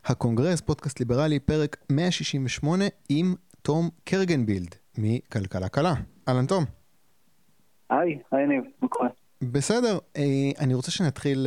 הקונגרס, פודקאסט ליברלי, פרק 168 עם תום קרגנבילד מכלכלה קלה. אהלן תום. היי ניב, מה קורה? בסדר, אני רוצה שנתחיל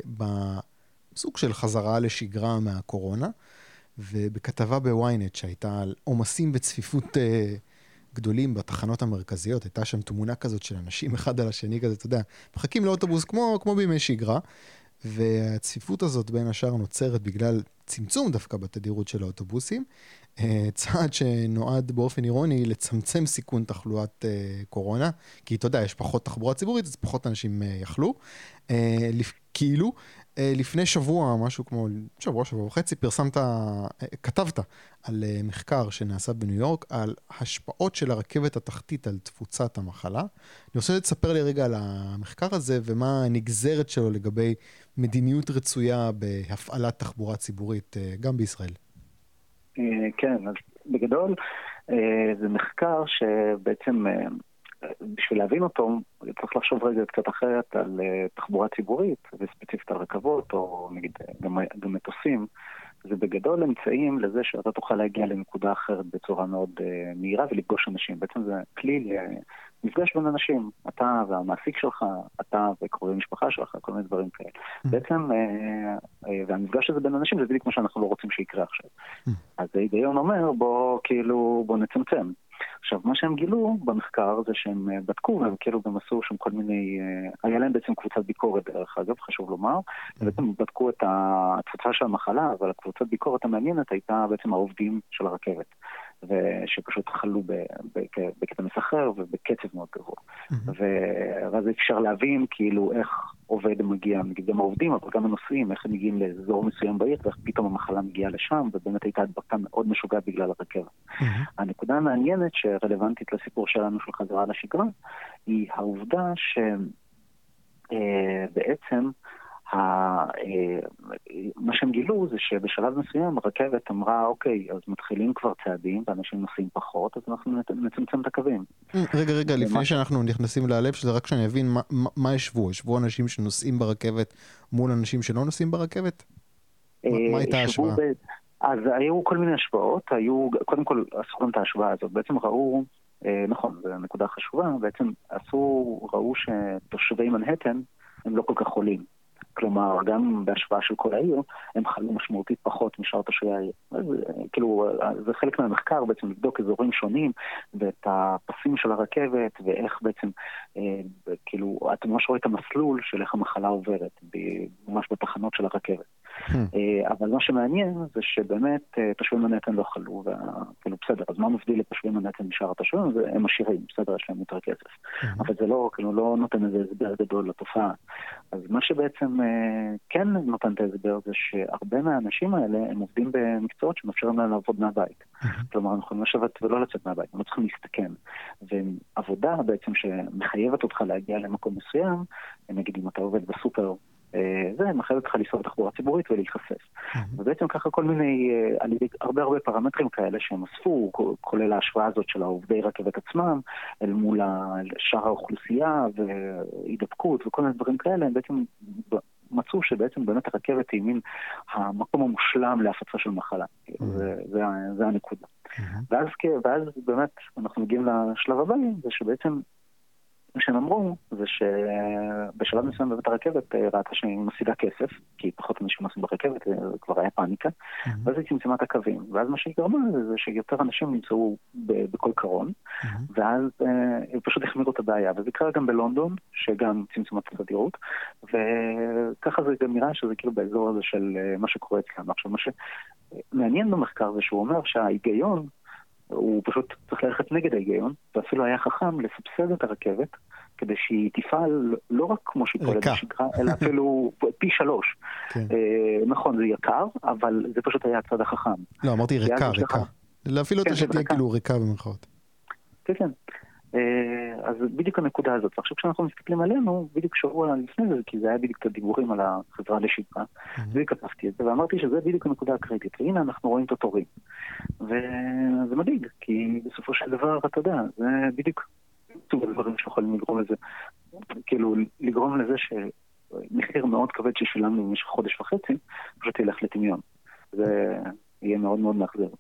בסוג של חזרה לשגרה מהקורונה, ובכתבה בוויינט שהייתה על עומסים וצפיפות גדולים בתחנות המרכזיות, הייתה שם תמונה כזאת של אנשים אחד על השני כזה, אתה יודע, מחכים לאוטובוס כמו בימי שגרה, והצפיפות הזאת בין השאר נוצרת בגלל צמצום דווקא בתדירות של האוטובוסים, צעד שנועד באופן אירוני לצמצם סיכון תחלואת קורונה, כי אתה יודע, יש פחות תחבורה ציבורית, אז פחות אנשים יכלו. כאילו, לפני שבוע, משהו כמו שבוע וחצי, כתבת על מחקר שנעשה בניו יורק, על השפעות של הרכבת התחתית על תפוצת המחלה. אני רוצה לספר לי רגע על המחקר הזה, ומה הנגזרת שלו לגבי מדיניות רצויה בהפעלת תחבורה ציבורית, גם בישראל. כן, אז בגדול זה מחקר שבעצם בשביל להבין אותו צריך לחשוב רגע קצת אחרת על תחבורה ציבורית וספציפית על רכבות או נגיד גם מטוסים. זה בגדול אמצעים לזה שאתה תוכל להגיע לנקודה אחרת בצורה מאוד מהירה ולפגוש אנשים. בעצם זה כלי למפגש בין אנשים, אתה והמעסיק שלך, אתה וקרובי משפחה שלך, כל מיני דברים כאלה. בעצם, והמפגש הזה בין אנשים זה בדיוק כמו שאנחנו לא רוצים שיקרה עכשיו. אז ההיגיון אומר בוא נצמצם. עכשיו, מה שהם גילו במחקר זה שהם בדקו, והם כאילו גם עשו שם כל מיני, היה להם בעצם קבוצת ביקורת דרך אגב, חשוב לומר, ובעצם בדקו את התפוצה של המחלה, אבל הקבוצת ביקורת המעניינת הייתה בעצם העובדים של הרכבת, ושפשוט חלו בקטע מסחרר ובקצב מאוד גבוה. ואז אפשר להבין כאילו איך עובד מגיע, נגיד גם העובדים, אבל גם הנוסעים, איך הם מגיעים לאזור מסוים בעיר, ואיך פתאום המחלה מגיעה לשם, ובאמת הייתה הדבקה מאוד משוגעת בגלל הרכבת. הנקודה המעניינת שרלוונטית לסיפור שלנו של חזרה לשגרה, היא העובדה שבעצם מה שהם גילו זה שבשלב מסוים הרכבת אמרה, אוקיי, אז מתחילים כבר צעדים ואנשים נוסעים פחות, אז אנחנו נצמצם את הקווים. רגע, לפני שאנחנו נכנסים להלב, שזה רק שאני אבין מה ישבו? ישבו אנשים שנוסעים ברכבת מול אנשים שלא נוסעים ברכבת? מה הייתה ההשוואה? אז היו כל מיני השוואות, קודם כל עשו גם את ההשוואה הזאת, בעצם ראו, נכון, זו נקודה חשובה, בעצם ראו שתושבי מנהטן הם לא כל כך חולים. כלומר, גם בהשוואה של כל העיר, הם חלו משמעותית פחות משאר תושבי העיר. כאילו, זה חלק מהמחקר בעצם לבדוק אזורים שונים, ואת הפסים של הרכבת, ואיך בעצם, כאילו, אתה ממש רואה את המסלול של איך המחלה עוברת, ממש בתחנות של הרכבת. אבל מה שמעניין זה שבאמת תושבי מנהטן לא חלו, וכאילו בסדר, אז מה מבדיל לתושבי מנהטן משאר התושבים? הם עשירים, בסדר, יש להם יותר כסף. אבל זה לא, כאילו, לא נותן איזה הסבר גדול לתופעה. אז מה שבעצם כן נותן את ההסבר זה שהרבה מהאנשים האלה הם עובדים במקצועות שמאפשרים להם לעבוד מהבית. כלומר, הם יכולים לשבת ולא לצאת מהבית, הם לא צריכים להסתכן. ועבודה בעצם שמחייבת אותך להגיע למקום מסוים, נגיד אם אתה עובד בסופר, זה מחייב אותך לנסוע בתחבורה ציבורית ולהתחפף. ובעצם ככה כל מיני, הרבה פרמטרים כאלה שהם אספו, כולל ההשוואה הזאת של העובדי רכבת עצמם, אל מול שאר האוכלוסייה והידבקות וכל מיני דברים כאלה, הם בעצם מצאו שבעצם באמת הרכבת היא מין המקום המושלם להפצה של מחלה. זה הנקודה. ואז באמת אנחנו מגיעים לשלב הבא, זה שבעצם מה שהם אמרו זה שבשלב מסוים בבית הרכבת ראתה שהיא מפסידה כסף, כי פחות אנשים נוסעים ברכבת, כבר היה פאניקה, ואז היא צמצמה את הקווים. ואז מה שהיא גרמה זה שיותר אנשים נמצאו בכל קרון, ואז הם פשוט החמירו את הבעיה. וזה קרה גם בלונדון, שגם צמצמה את התדירות, וככה זה גם נראה שזה כאילו באזור הזה של מה שקורה אצלנו. עכשיו, מה שמעניין במחקר זה שהוא אומר שההיגיון, הוא פשוט צריך ללכת נגד ההיגיון, ואפילו היה חכם לסבסד את הרכבת, כדי שהיא תפעל לא רק כמו שהיא פועלת בשגרה, אלא אפילו פי 3. נכון, זה יקר, אבל זה פשוט היה הצד החכם. לא, אמרתי ריקה. אפילו אתה שתהיה כאילו ריקה במרכאות. כן. אז בדיוק הנקודה הזאת. ועכשיו כשאנחנו מסתכלים עלינו, בדיוק שבוע לפני זה, כי זה היה בדיוק את הדיבורים על החזרה לשגרה, וכתבתי את זה, ואמרתי שזה בדיוק הנקודה הקריטית. והנה אנחנו רואים את התורים. וזה מדאיג, כי בסופו של דבר, אתה יודע, זה בדיוק סוג הדברים שיכולים לגרום לזה, כאילו לגרום לזה שמחיר מאוד כבד ששילמנו במשך חודש וחצי, פשוט ילך לטמיון. זה יהיה מאוד מאוד מאכזב.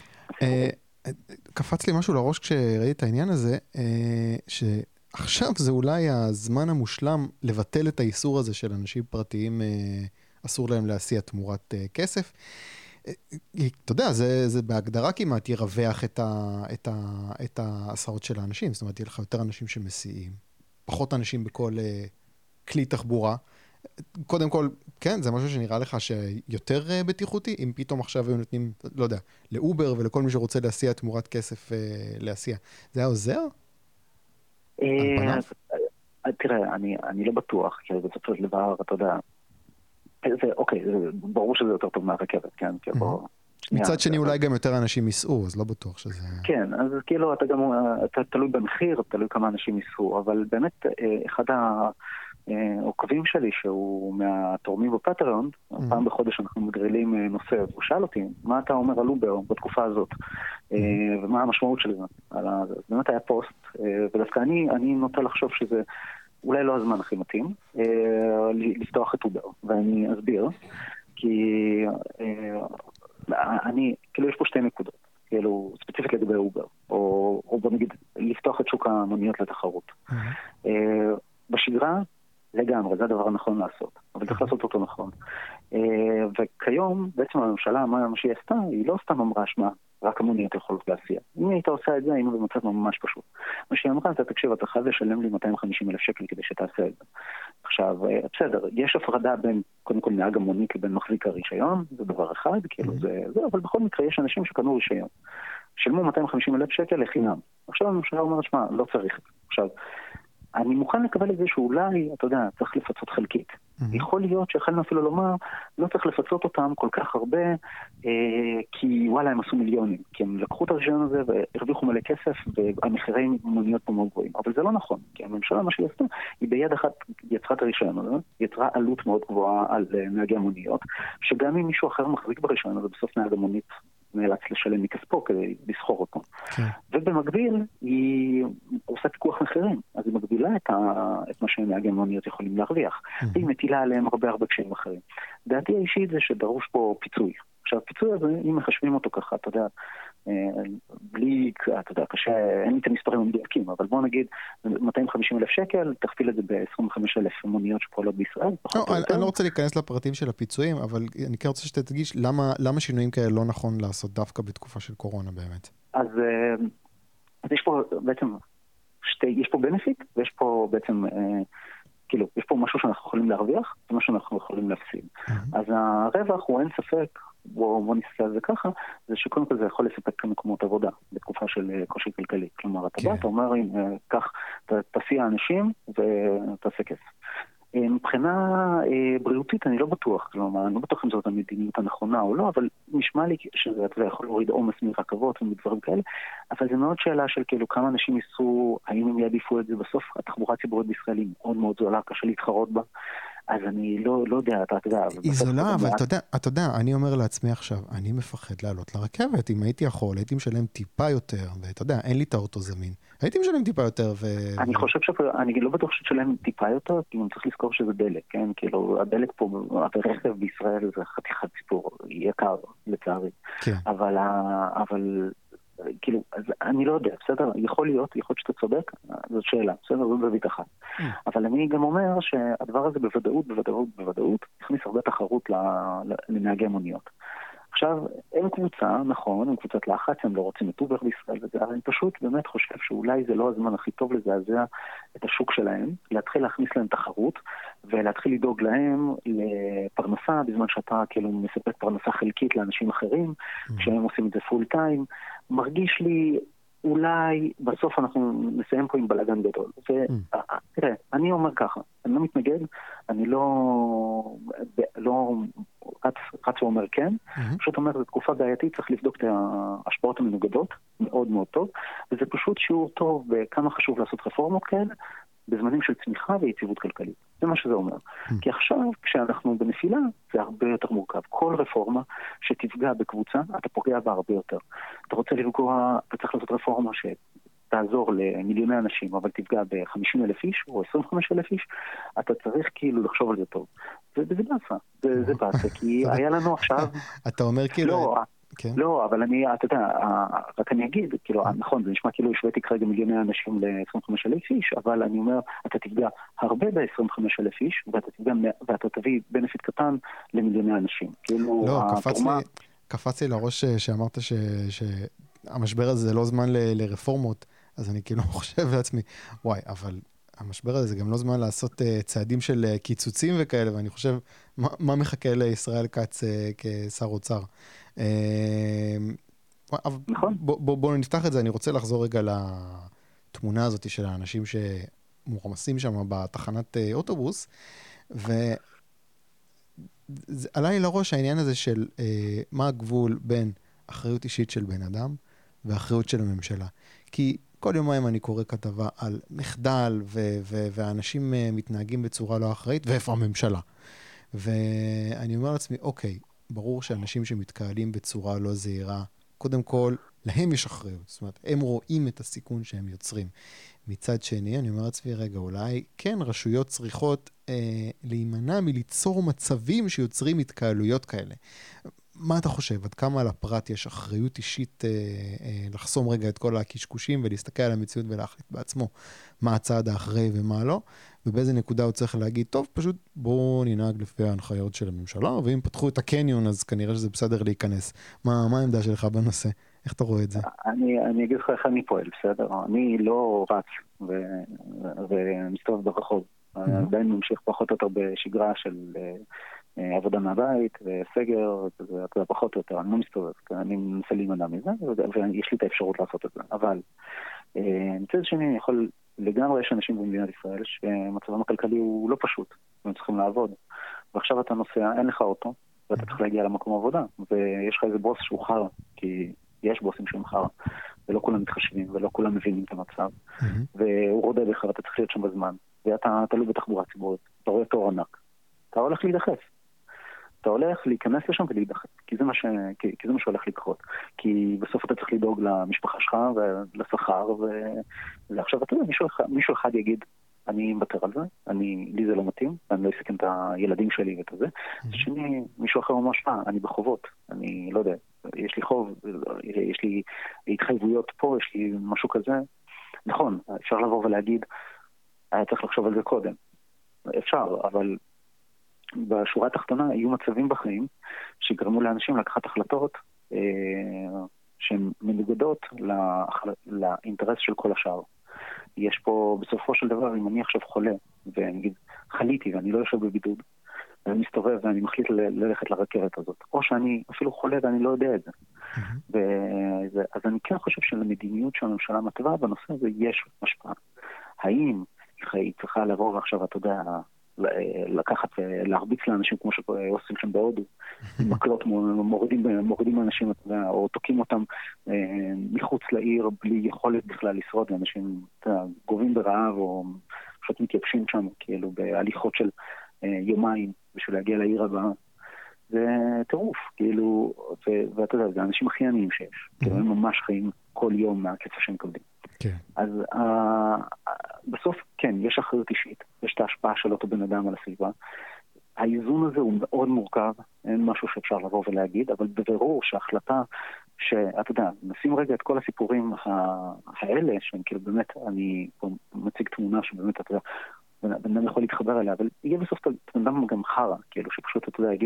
קפץ לי משהו לראש כשראיתי את העניין הזה, שעכשיו זה אולי הזמן המושלם לבטל את האיסור הזה של אנשים פרטיים, אסור להם להסיע תמורת כסף. אתה יודע, זה בהגדרה כמעט ירווח את ההסעות של האנשים, זאת אומרת, יהיה לך יותר אנשים שמסיעים, פחות אנשים בכל כלי תחבורה. קודם כל, כן, זה משהו שנראה לך שיותר בטיחותי, אם פתאום עכשיו היו נותנים, לא יודע, לאובר ולכל מי שרוצה להסיע תמורת כסף להסיע. זה היה עוזר? תראה, אני לא בטוח, כי בסופו של דבר, אתה יודע, אוקיי, ברור שזה יותר טוב מהרכבת, כן? מצד שני אולי גם יותר אנשים ייסעו, אז לא בטוח שזה... כן, אז כאילו אתה תלוי במחיר, תלוי כמה אנשים ייסעו, אבל באמת אחד העוקבים שלי שהוא מהתורמים בפטריון, פעם בחודש אנחנו מגרילים נושא, הוא שאל אותי, מה אתה אומר על אובר בתקופה הזאת, ומה המשמעות של זה? אז באמת היה פוסט, ודווקא אני נוטה לחשוב שזה אולי לא הזמן הכי מתאים לפתוח את אובר, ואני אסביר, כי כאילו יש פה שתי נקודות, כאילו ספציפית לגבי אובר, או בוא נגיד לפתוח את שוק המוניות לתחרות. בשגרה, לגמרי, זה הדבר הנכון לעשות, אבל צריך לעשות אותו נכון. וכיום, בעצם הממשלה, מה שהיא עשתה, היא לא סתם אמרה שמה, רק המוניות יכולות להסיע. אם היית עושה את זה, היינו במצב ממש פשוט. מה שהיא אמרה, אתה תקשיב, אתה חייב לשלם לי 250,000 שקל כדי שתעשה את זה. עכשיו, בסדר, יש הפרדה בין, קודם כל, נהג המונית לבין מחזיק הרישיון, זה דבר אחד, כאילו זה, אבל בכל מקרה יש אנשים שקנו רישיון. שלמו 250,000 שקל לחינם. עכשיו הממשלה אומרת, שמה, לא צריך. עכשיו, אני מוכן לקבל את זה שאולי, אתה יודע, צריך לפצות חלקית. יכול להיות שיכולנו אפילו לומר, לא צריך לפצות אותם כל כך הרבה, כי וואלה, הם עשו מיליונים. כי הם לקחו את הרישיון הזה והרוויחו מלא כסף, והמחירי מוניות פה מאוד גבוהים. אבל זה לא נכון, כי הממשלה, מה שהיא עשתה, היא ביד אחת יצרה את הרישיון הזה, יצרה עלות מאוד גבוהה על נהגי המוניות, שגם אם מישהו אחר מחזיק ברישיון הזה, בסוף נהג המונית נאלץ לשלם מכספו כדי לסחור אותו. ובמקביל היא עושה פיקוח מחירים, אז היא מגבילה את מה שנהגי המוניות יכולים להרוויח, והיא מטילה עליהם הרבה קשיים אחרים. דעתי האישית זה שדרוש פה פיצוי. עכשיו, הפיצוי הזה, אם מחשבים אותו ככה, אתה יודע, בלי, אתה יודע, קשה, אין לי את המספרים המדויקים, אבל בוא נגיד 250,000 שקל, תכפיל את זה ב-25,000 מוניות שפועלות בישראל. אני לא רוצה להיכנס לפרטים של הפיצויים, אבל אני כן רוצה שתדגיש למה שינויים כאלה לא נכון לעשות דווקא בתקופה של קורונה באמת. אז יש פה בעצם יש פה בנפיט, ויש פה בעצם, כאילו, יש פה משהו שאנחנו יכולים להרוויח, ומשהו שאנחנו יכולים להפסיד. אז הרווח הוא אין ספק, בוא נסתכל על זה ככה, זה שקודם כל זה יכול לספק מקומות עבודה, בתקופה של קושי כלכלי. כלומר, אתה בא, אתה אומר, כך, תסיע אנשים ותעשה כסף. מבחינה בריאותית אני לא בטוח, כלומר, אני לא בטוח אם זאת המדיניות הנכונה או לא, אבל נשמע לי שזה יכול להוריד עומס מרכבות ומדברים כאלה, אבל זה מאוד שאלה של כאילו כמה אנשים ייסעו, האם הם יעדיפו את זה בסוף, התחבורה הציבורית בישראל היא מאוד מאוד זולה, קשה להתחרות בה, אז אני לא יודע, אתה יודע. היא זולה, אבל אתה יודע, אני אומר לעצמי עכשיו, אני מפחד לעלות לרכבת, אם הייתי יכול, הייתי משלם טיפה יותר, ואתה יודע, אין לי את האוטו זמין, הייתי משלם טיפה יותר אני חושב אני לא בטוח שתשלם טיפה יותר, כי אני צריך לזכור שזה דלק, כן? כאילו, הדלק פה, הרכב בישראל זה חתיכת סיפור, יקר, לצערי. אבל כאילו, אז אני לא יודע, בסדר? יכול להיות שאתה צודק, זאת שאלה, בסדר? זאת בבית אחת. אבל אני גם אומר שהדבר הזה בוודאות, הכניס הרבה תחרות לנהגי המוניות. עכשיו, הם קבוצה, נכון, הם קבוצת לחץ, הם לא רוצים את אובר בישראל וזה, אבל אני פשוט באמת חושב שאולי זה לא הזמן הכי טוב לזעזע את השוק שלהם, להתחיל להכניס להם תחרות, ולהתחיל לדאוג להם לפרנסה, בזמן שאתה כאילו מספק פרנסה חלקית לאנשים אחרים, כשהם עושים את זה פול טיים, מרגיש לי אולי בסוף אנחנו נסיים פה עם בלגן גדול. תראה, אני אומר ככה, אני לא מתנגד, אני לא רץ ואומר כן, פשוט אומר, זו תקופה בעייתית, צריך לבדוק את ההשפעות המנוגדות, מאוד מאוד טוב, וזה פשוט שיעור טוב בכמה חשוב לעשות רפורמות כאלה, בזמנים של צמיחה ויציבות כלכלית. זה מה שזה אומר. כי עכשיו, כשאנחנו בנפילה, זה הרבה יותר מורכב. כל רפורמה שתפגע בקבוצה, אתה פוגע בה הרבה יותר. אתה רוצה לפגוע, אתה צריך לעשות רפורמה תעזור למיליוני אנשים, אבל תפגע ב-50,000 איש או 25,000 איש, אתה צריך כאילו לחשוב על זה טוב. וזה בעצה, זה בעצה, כי היה לנו עכשיו... אתה אומר כאילו... לא, אבל אתה יודע, רק אני אגיד, כאילו, נכון, זה נשמע כאילו השוויתי כרגע מיליוני אנשים ל-25,000 איש, אבל אני אומר, אתה תפגע הרבה ב-25,000 איש, ואתה תביא בנפיט קטן למיליוני אנשים. כאילו, לא, קפץ לי לראש שאמרת שהמשבר הזה זה לא זמן לרפורמות, אז אני כאילו חושב לעצמי, וואי, אבל המשבר הזה זה גם לא זמן לעשות צעדים של קיצוצים וכאלה, ואני חושב, מה מחכה לישראל כץ כשר אוצר? נכון. בואו נפתח את זה, אני רוצה לחזור רגע לתמונה הזאת של האנשים שמורמסים שם בתחנת אוטובוס, ועלה לי לראש העניין הזה של מה הגבול בין אחריות אישית של בן אדם ואחריות של הממשלה. כי כל יומיים אני קורא כתבה על מחדל והאנשים מתנהגים בצורה לא אחראית, ואיפה הממשלה? ואני אומר לעצמי, אוקיי, ברור שאנשים שמתקהלים בצורה לא זהירה, קודם כל, להם יש אחריות. זאת אומרת, הם רואים את הסיכון שהם יוצרים. מצד שני, אני אומר לעצמי, רגע, אולי כן, רשויות צריכות להימנע מליצור מצבים שיוצרים התקהלויות כאלה. מה אתה חושב? עד כמה על הפרט יש אחריות אישית לחסום רגע את כל הקשקושים ולהסתכל על המציאות ולהחליט בעצמו מה הצעד האחרי ומה לא? ובאיזה נקודה הוא צריך להגיד, טוב, פשוט בואו ננהג לפי ההנחיות של הממשלה, ואם פתחו את הקניון, אז כנראה שזה בסדר להיכנס. מה העמדה שלך בנושא? איך אתה רואה את זה? אני אגיד לך איך אני פועל, בסדר? אני לא רץ ומסתובב ברחוב. עדיין ממשיך פחות או יותר בשגרה של עבודה מהבית וסגר, זה פחות או יותר, אני לא מסתובב, אני מנסה להימנע מזה, ויש לי את האפשרות לעשות את זה. אבל מצד שני, אני יכול... לגמרי יש אנשים במדינת ישראל שמצבם הכלכלי הוא לא פשוט, והם צריכים לעבוד. ועכשיו אתה נוסע, אין לך אוטו, ואתה צריך להגיע למקום עבודה, ויש לך איזה בוס שהוא חר, כי יש בוסים שהם חר, ולא כולם מתחשבים, ולא כולם מבינים את המצב, והוא רודה בך, ואתה צריך להיות שם בזמן, ואתה תלוי בתחבורה ציבורית, אתה רואה תור ענק, אתה הולך להידחף. אתה הולך להיכנס לשם ולהידחף, כי זה מה שהולך לקרות. כי בסוף אתה צריך לדאוג למשפחה שלך ולשכר, ועכשיו אתה יודע, מישהו אחד יגיד, אני מוותר על זה, לי זה לא מתאים, אני לא אסכן את הילדים שלי ואת זה. שני, מישהו אחר ממש, אני בחובות, אני לא יודע, יש לי חוב, יש לי התחייבויות פה, יש לי משהו כזה. נכון, אפשר לבוא ולהגיד, היה צריך לחשוב על זה קודם. אפשר, אבל... בשורה התחתונה היו מצבים בחיים שגרמו לאנשים לקחת החלטות שהן מנוגדות לאינטרס של כל השאר. יש פה בסופו של דבר, אם אני עכשיו חולה ונגיד חליתי ואני לא יושב בבידוד ואני מסתובב ואני מחליט ללכת לרכבת הזאת, או שאני אפילו חולה ואני לא יודע את זה. אז אני כן חושב שלמדיניות שהממשלה מתווה בנושא הזה יש השפעה. האם היא צריכה לבוא ועכשיו, אתה יודע, לקחת ולהרביץ לאנשים כמו שעושים שם בהודו, מקלות מורידים אנשים או תוקעים אותם מחוץ לעיר בלי יכולת בכלל לשרוד, לאנשים גובים ברעב או פשוט מתייבשים שם כאילו בהליכות של יומיים בשביל להגיע לעיר הבאה. זה טירוף, כאילו, ואתה יודע, זה האנשים הכי עניים שיש, כאילו הם ממש חיים כל יום מהכסף שהם מקבלים. אז בסוף, כן, יש אחריות אישית, יש את ההשפעה של אותו בן אדם על הסביבה. האיזון הזה הוא מאוד מורכב, אין משהו שאפשר לבוא ולהגיד, אבל בבירור שההחלטה שאתה יודע, נשים רגע את כל הסיפורים האלה, שהם כאילו באמת, אני פה מציג תמונה שבאמת, אתה יודע, בן אדם יכול להתחבר אליה, אבל יהיה בסוף את בן אדם גם חרה, כאילו שפשוט, אתה יודע, יגיד,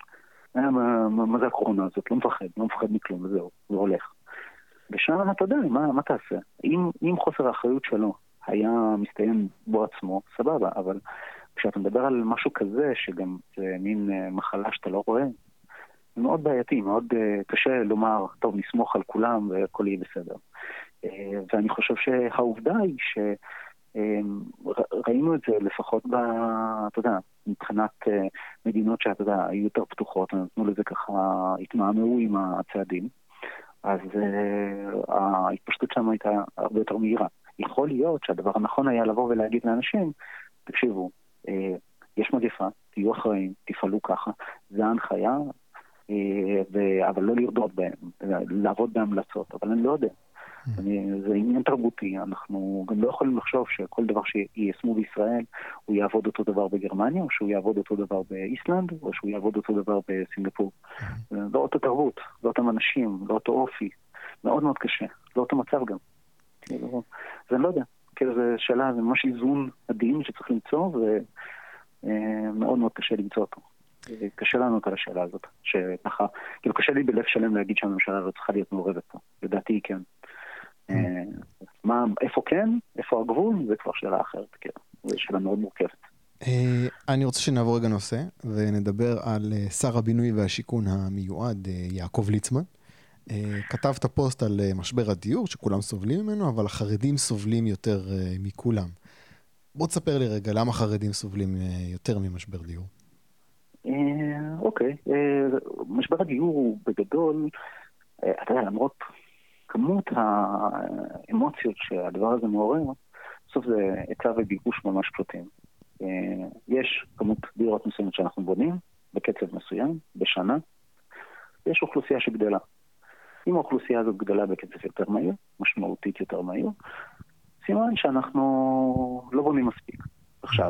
מה זה הקורונה הזאת? לא מפחד מכלום, וזהו, זה הולך. ושם אתה יודע, מה תעשה? אם חוסר האחריות שלו היה מסתיים בו עצמו, סבבה, אבל כשאתה מדבר על משהו כזה, שגם זה מין מחלה שאתה לא רואה, זה מאוד בעייתי, מאוד קשה לומר, טוב, נסמוך על כולם והכל יהיה בסדר. ואני חושב שהעובדה היא שראינו את זה לפחות אתה יודע, מבחינת מדינות שאתה יודע, היו יותר פתוחות, נתנו לזה ככה, התמהמהו עם הצעדים, אז ההתפשטות שם הייתה הרבה יותר מהירה. יכול להיות שהדבר הנכון היה לבוא ולהגיד לאנשים, תקשיבו, יש מגפה, תהיו אחראים, תפעלו ככה, זה ההנחיה, אבל לא לרדות בהם, לעבוד בהמלצות, אבל אני לא יודע. זה עניין תרבותי, אנחנו גם לא יכולים לחשוב שכל דבר שיישמו בישראל הוא יעבוד אותו דבר בגרמניה, או שהוא יעבוד אותו דבר באיסלנד, או שהוא יעבוד אותו דבר בסינגפור. לא אותו תרבות, לא אותם אנשים, לא אותו אופי, מאוד מאוד קשה, לא אותו מצב גם. אז אני לא יודע, כאילו זו שאלה, זה ממש איזון עדין שצריך למצוא, ומאוד מאוד קשה למצוא אותו. קשה לנו על השאלה הזאת, שככה, כאילו קשה לי בלב שלם להגיד שהממשלה לא צריכה להיות מעורבת פה, לדעתי היא כן. איפה כן, איפה הגבול, זה כבר שאלה אחרת, כאילו, זו שאלה מאוד מורכבת. אני רוצה שנעבור רגע נושא, ונדבר על שר הבינוי והשיכון המיועד, יעקב ליצמן. כתבת פוסט על משבר הדיור, שכולם סובלים ממנו, אבל החרדים סובלים יותר מכולם. בוא תספר לי רגע, למה חרדים סובלים יותר ממשבר דיור? אוקיי, משבר הדיור הוא בגדול, אתה יודע, למרות כמות האמוציות שהדבר הזה מעורר, בסוף זה היצע וביקוש ממש פשוטים. יש כמות דירות מסוימת שאנחנו בונים, בקצב מסוים, בשנה, ויש אוכלוסייה שגדלה. אם האוכלוסייה הזאת גדלה בקצב יותר מהיר, משמעותית יותר מהיר, סימן שאנחנו לא בונים מספיק. עכשיו,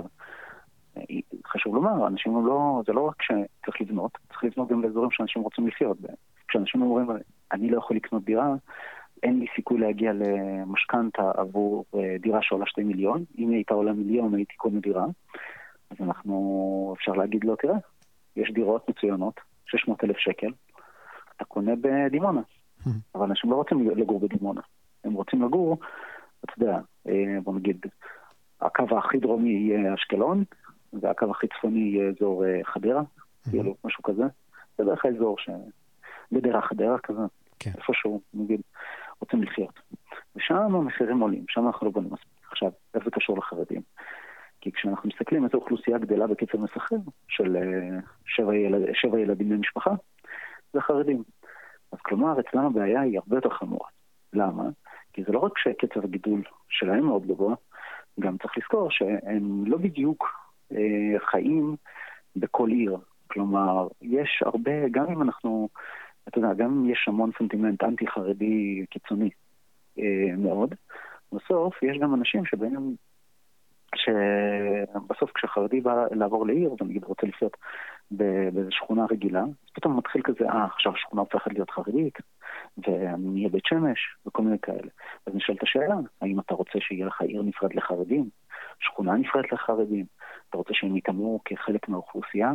חשוב לומר, אנשים לא, זה לא רק שצריך לבנות, צריך לבנות גם לאזורים שאנשים רוצים לחיות בהם. כשאנשים אומרים, אני לא יכול לקנות דירה, אין לי סיכוי להגיע למשכנתה עבור דירה שעולה 2 מיליון, אם היא הייתה עולה 1 מיליון הייתי קונה דירה, אז אפשר להגיד לו, תראה, יש דירות מצוינות, 600,000 שקל, אתה קונה בדימונה. אבל אנשים לא רוצים לגור בדימונה, הם רוצים לגור, אתה יודע, בוא נגיד, הקו הכי דרומי יהיה אשקלון, והקו הכי צפוני יהיה אזור חדרה, כאילו, משהו כזה. זה בערך האזור בדרה חדרה כזה, איפשהו, נגיד, רוצים לחיות. ושם המחירים עולים, שם אנחנו לא בונים מספיק. עכשיו, איך זה קשור לחרדים? כי כשאנחנו מסתכלים איזו אוכלוסייה גדלה בקצב מסחר, של 7 ילדים למשפחה, זה חרדים. אז כלומר, אצלנו הבעיה היא הרבה יותר חמורה. למה? כי זה לא רק שקצב הגידול שלהם מאוד גבוה, גם צריך לזכור שהם לא בדיוק חיים בכל עיר. כלומר, יש הרבה, גם אם אנחנו, אתה יודע, גם אם יש המון סנטימנט אנטי-חרדי קיצוני מאוד, בסוף יש גם אנשים שבסוף כשחרדי בא לעבור לעיר, ונגיד רוצה לחיות באיזו שכונה רגילה, אז פתאום מתחיל כזה, עכשיו השכונה הופכת להיות חרדית, ואני אהיה בית שמש, וכל מיני כאלה. אז נשאלת השאלה, האם אתה רוצה שיהיה לך עיר נפרד לחרדים, שכונה נפרד לחרדים, אתה רוצה שהם יתאמו כחלק מהאוכלוסייה,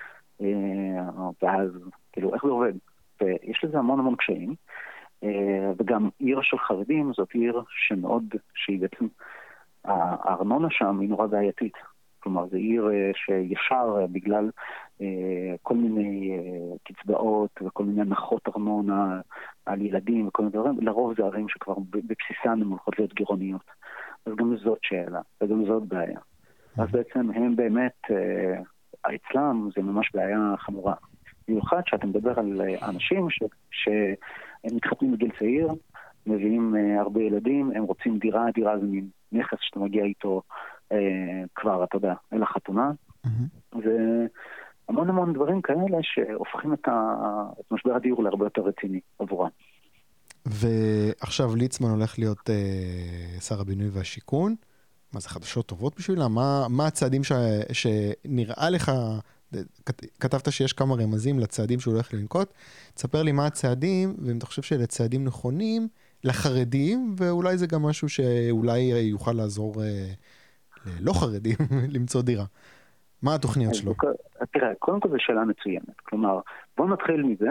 ואז, כאילו, איך זה עובד? ויש לזה המון המון קשיים, וגם עיר של חרדים זאת עיר שהיא בעצם, הארנונה שם היא נורא בעייתית. כלומר, זו עיר שישר בגלל כל מיני קצבאות וכל מיני הנחות ארנונה על ילדים וכל מיני דברים, לרוב זה ערים שכבר בבסיסן הן הולכות להיות גירעוניות. אז גם זאת שאלה, וגם זאת בעיה. אז בעצם הם באמת, אצלם זה ממש בעיה חמורה. במיוחד שאתה מדבר על אנשים שהם מתחתנים בגיל צעיר, מביאים הרבה ילדים, הם רוצים דירה, דירה זה מין נכס שאתה מגיע איתו כבר, אתה יודע, אל החתונה. זה המון המון דברים כאלה שהופכים את משבר הדיור להרבה יותר רציני עבורם. ועכשיו ליצמן הולך להיות שר הבינוי והשיכון. מה זה, חדשות טובות בשבילה? מה הצעדים שנראה לך, כתבת שיש כמה רמזים לצעדים שהוא הולך לנקוט, תספר לי מה הצעדים, ואם אתה חושב שאלה צעדים נכונים לחרדים, ואולי זה גם משהו שאולי יוכל לעזור ללא חרדים למצוא דירה. מה התוכניות שלו? תראה, קודם כל זו שאלה מצוינת. כלומר, בואו נתחיל מזה,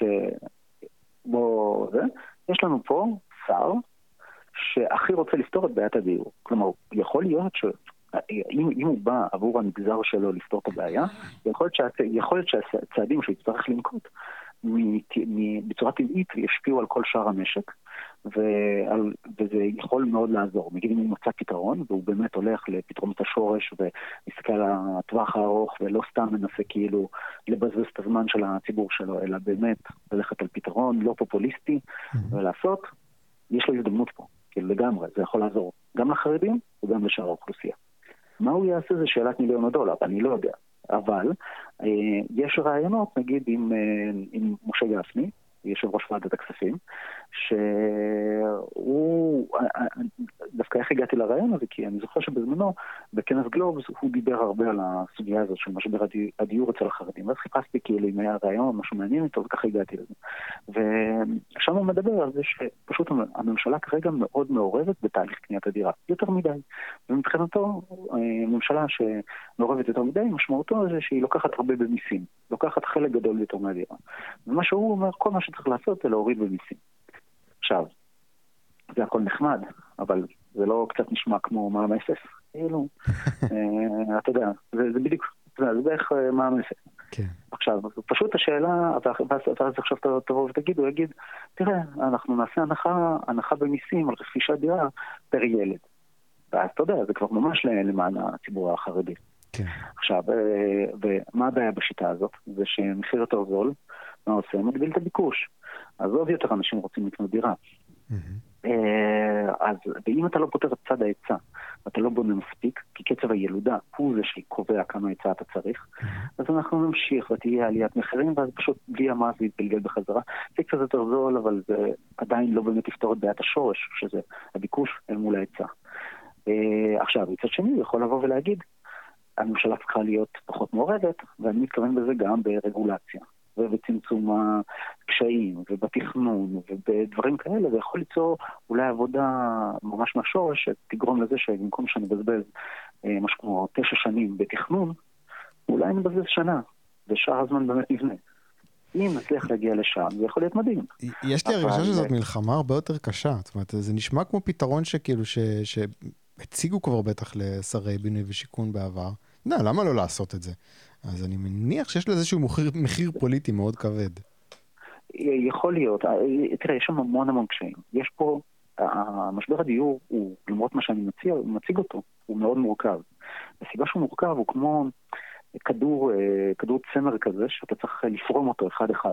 יש לנו פה שר שהכי רוצה לפתור את בעיית הדיור. כלומר, יכול להיות אם הוא בא עבור המגזר שלו לפתור את הבעיה, יכול להיות שהצעדים שהוא יצטרך לנקוט בצורה טבעית ישפיעו על כל שאר המשק, וזה יכול מאוד לעזור. נגיד אם הוא מצא פתרון, והוא באמת הולך לפתרונות השורש, ומסתכל על הטווח הארוך, ולא סתם מנסה כאילו לבזבז את הזמן של הציבור שלו, אלא באמת ללכת על פתרון לא פופוליסטי, ולעשות, יש לו הזדמנות פה, כאילו לגמרי, זה יכול לעזור גם לחרדים וגם לשאר האוכלוסייה. מה הוא יעשה זה שאלת $1,000,000, אני לא יודע. אבל יש רעיונות, נגיד עם משה גפני, יושב ראש ועדת הכספים, שהוא, דווקא איך הגעתי לרעיון הזה, כי אני זוכר שבזמנו, בכנס גלובס, הוא דיבר הרבה על הסוגיה הזאת של משבר הדיור אצל החרדים, ואז חיפשתי כאילו אם היה רעיון, משהו מעניין איתו, וככה הגעתי לזה. ושם הוא מדבר על זה שפשוט הממשלה כרגע מאוד מעורבת בתהליך קניית הדירה, יותר מדי. ומבחינתו, ממשלה שמעורבת יותר מדי, משמעותו זה שהיא לוקחת הרבה במיסים, לוקחת חלק גדול יותר מהדירה. ומה שהוא אומר, כל מה שצריך לעשות זה להוריד במיסים. עכשיו, זה הכל נחמד, אבל זה לא קצת נשמע כמו מע"מ אפס, כאילו, אתה יודע, זה בדיוק, זה בערך מע"מ אפס. עכשיו, פשוט השאלה, ואז עכשיו תבוא ותגיד, הוא יגיד, תראה, אנחנו נעשה הנחה במיסים על רכישת דירה פר ילד. ואז אתה יודע, זה כבר ממש למען הציבור החרדי. עכשיו, ומה הבעיה בשיטה הזאת? זה שמחיר יותר זול, מה עושה? מגדיל את הביקוש. אז עוד יותר אנשים רוצים לקנות דירה. אז, ואם אתה לא פותר את צד ההיצע, ואתה לא בונה מספיק, כי קצב הילודה הוא זה שקובע כמה היצע אתה צריך, אז אנחנו נמשיך ותהיה עליית מחירים, ואז פשוט בלי המס להתגלגל בחזרה. זה קצת יותר זול, אבל זה עדיין לא באמת יפתור את בעיית השורש, שזה הביקוש אל מול ההיצע. עכשיו, מצד שני, הוא יכול לבוא ולהגיד, הממשלה צריכה להיות פחות מעורבת, ואני מתכוון בזה גם ברגולציה, ובצמצום הקשיים, ובתכנון, ובדברים כאלה, זה יכול ליצור אולי עבודה ממש מהשורש, שתגרום לזה שבמקום שאני מבזבז משהו כמו 9 שנים בתכנון, אולי נבזבז שנה, ושאר הזמן באמת נבנה. אם נצליח להגיע לשם, זה יכול להיות מדהים. יש לי הרגשה שזאת מלחמה הרבה יותר קשה, זאת אומרת, זה נשמע כמו פתרון שכאילו שהציגו כבר בטח לשרי בינוי ושיכון בעבר. למה לא לעשות את זה? אז אני מניח שיש לזה איזשהו מחיר פוליטי מאוד כבד. יכול להיות. תראה, יש שם המון קשיים. יש פה, המשבר הדיור הוא, למרות מה שאני מציג אותו, הוא מאוד מורכב. הסיבה שהוא מורכב הוא כמו כדור צמר כזה, שאתה צריך לפרום אותו אחד.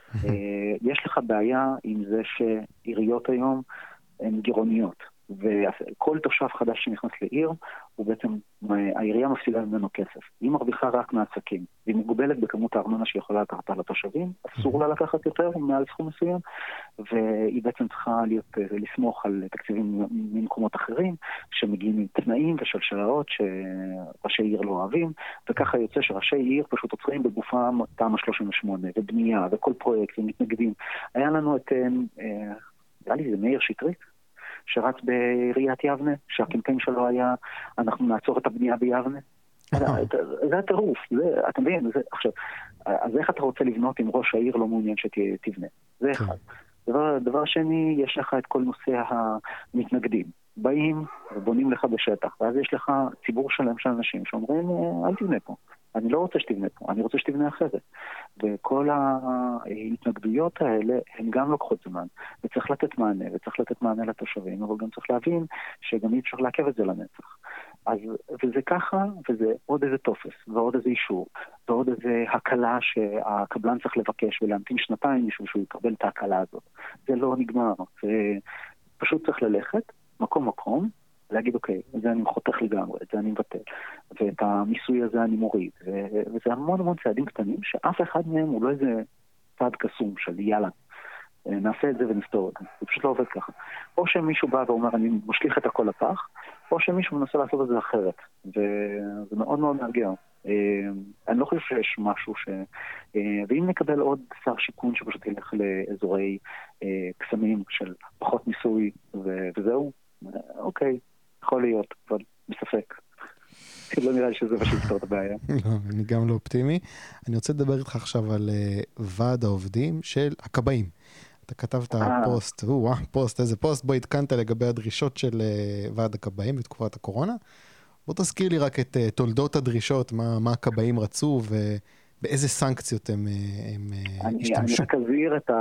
יש לך בעיה עם זה שעיריות היום הן גירעוניות. וכל תושב חדש שנכנס לעיר, הוא בעצם, העירייה מפסידה ממנו כסף. היא מרוויחה רק מעסקים. והיא מוגבלת בכמות הארנונה שיכולה לקחת על התושבים, אסור לה לקחת יותר מעל סכום מסוים, והיא בעצם צריכה לסמוך על תקציבים ממקומות אחרים, שמגיעים עם תנאים ושלשלאות שראשי עיר לא אוהבים, וככה יוצא שראשי עיר פשוט עוצרים בגופם תמ"א 38, ובנייה, וכל פרויקט, ומתנגדים. היה לנו את, היה לי, זה מאיר שטרית, שרץ בעיריית יבנה, שהקמפיין שלו היה, אנחנו נעצור את הבנייה ביבנה. זה הטירוף, אתה מבין? עכשיו, אז איך אתה רוצה לבנות אם ראש העיר לא מעוניין שתבנה? זה אחד. דבר שני, יש לך את כל נושא המתנגדים. באים ובונים לך בשטח, ואז יש לך ציבור שלם של אנשים שאומרים, אל תבנה פה. אני לא רוצה שתבנה פה, אני רוצה שתבנה אחרת. וכל ההתנגדויות האלה, הן גם לוקחות זמן. וצריך לתת מענה לתושבים, אבל גם צריך להבין שגם אי אפשר לעכב את זה לנצח. אז, וזה ככה, וזה עוד איזה טופס, ועוד איזה אישור, ועוד איזה הקלה שהקבלן צריך לבקש ולהמתין 2 משום שהוא יקבל את ההקלה הזאת. זה לא נגמר. פשוט צריך ללכת, מקום, להגיד, אוקיי, את זה אני חותך לגמרי, את זה אני מבטל, ואת המיסוי הזה אני מוריד, וזה המון צעדים קטנים, שאף אחד מהם הוא לא איזה צעד קסום של יאללה, נעשה את זה ונפתור את זה. זה פשוט לא עובד ככה. או שמישהו בא ואומר, אני משליך את הכל לפח, או שמישהו מנסה לעשות את זה אחרת, וזה מאוד מאתגר. אני לא חושב שיש משהו ואם נקבל עוד שר שיכון שפשוט ילך לאזורי קסמים של פחות מיסוי וזהו, אוקיי, יכול להיות, אבל בספק. לא נראה לי שזה מה שיפתור את הבעיה. לא, אני גם לא אופטימי. אני רוצה לדבר איתך עכשיו על ועד העובדים של הכבאים. אתה כתבת פוסט, איזה פוסט בו התקנת לגבי הדרישות של ועד הכבאים בתקופת הקורונה. בוא תזכיר לי רק את תולדות הדרישות, מה הכבאים רצו ובאיזה סנקציות הם השתמשו. אני רק אזהיר את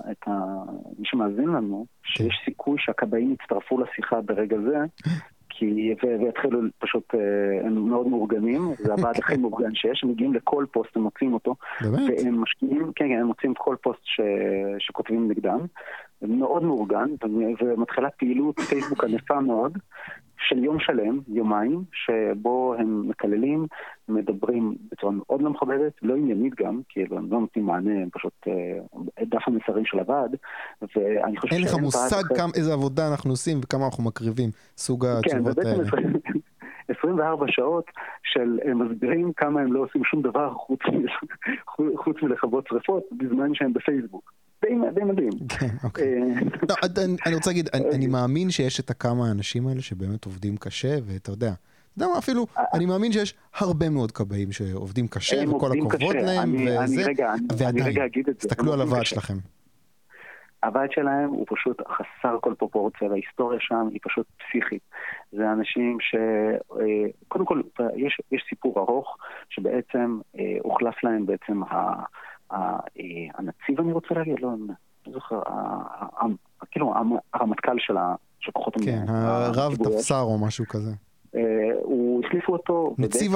מי שמאזין לנו, שיש סיכוי שהכבאים יצטרפו לשיחה ברגע זה, ויתחילו פשוט, הם מאוד מאורגנים, זה הוועד הכי מאורגן שיש, הם מגיעים לכל פוסט, הם מוצאים אותו, והם משקיעים, כן, הם מוצאים כל פוסט שכותבים נגדם, הם מאוד מאורגן, ומתחילה פעילות פייסבוק ענפה מאוד, של יום שלם, יומיים, שבו הם מקללים, מדברים בצורה מאוד לא מכבדת, לא עניינית גם, כאילו הם לא נותנים מענה, הם פשוט דף המסרים של הוועד, ואני חושב אין לך מושג איזה עבודה אנחנו עושים וכמה אנחנו מקריבים, סוג התשובות האלה. 24 שעות של מסבירים כמה הם לא עושים שום דבר חוץ מלכבות שריפות, בזמן שהם בפייסבוק. די מדהים. כן, אוקיי. אני רוצה להגיד, אני מאמין שיש את הכמה האנשים האלה שבאמת עובדים קשה, ואתה יודע מה אפילו, אני מאמין שיש הרבה מאוד כבאים שעובדים קשה, וכל הכבוד להם, ועדיין, תסתכלו על הוועד שלכם. הוועד שלהם הוא פשוט חסר כל פרופורציה, וההיסטוריה שם היא פשוט פסיכית. זה אנשים קודם כל, יש סיפור ארוך, שבעצם הוחלף להם בעצם הנציב, אני רוצה להגיד, לא זוכר, כאילו הרמטכ"ל של כוחות כן, הרב תפסר או משהו כזה. הוא החליפו אותו... נציב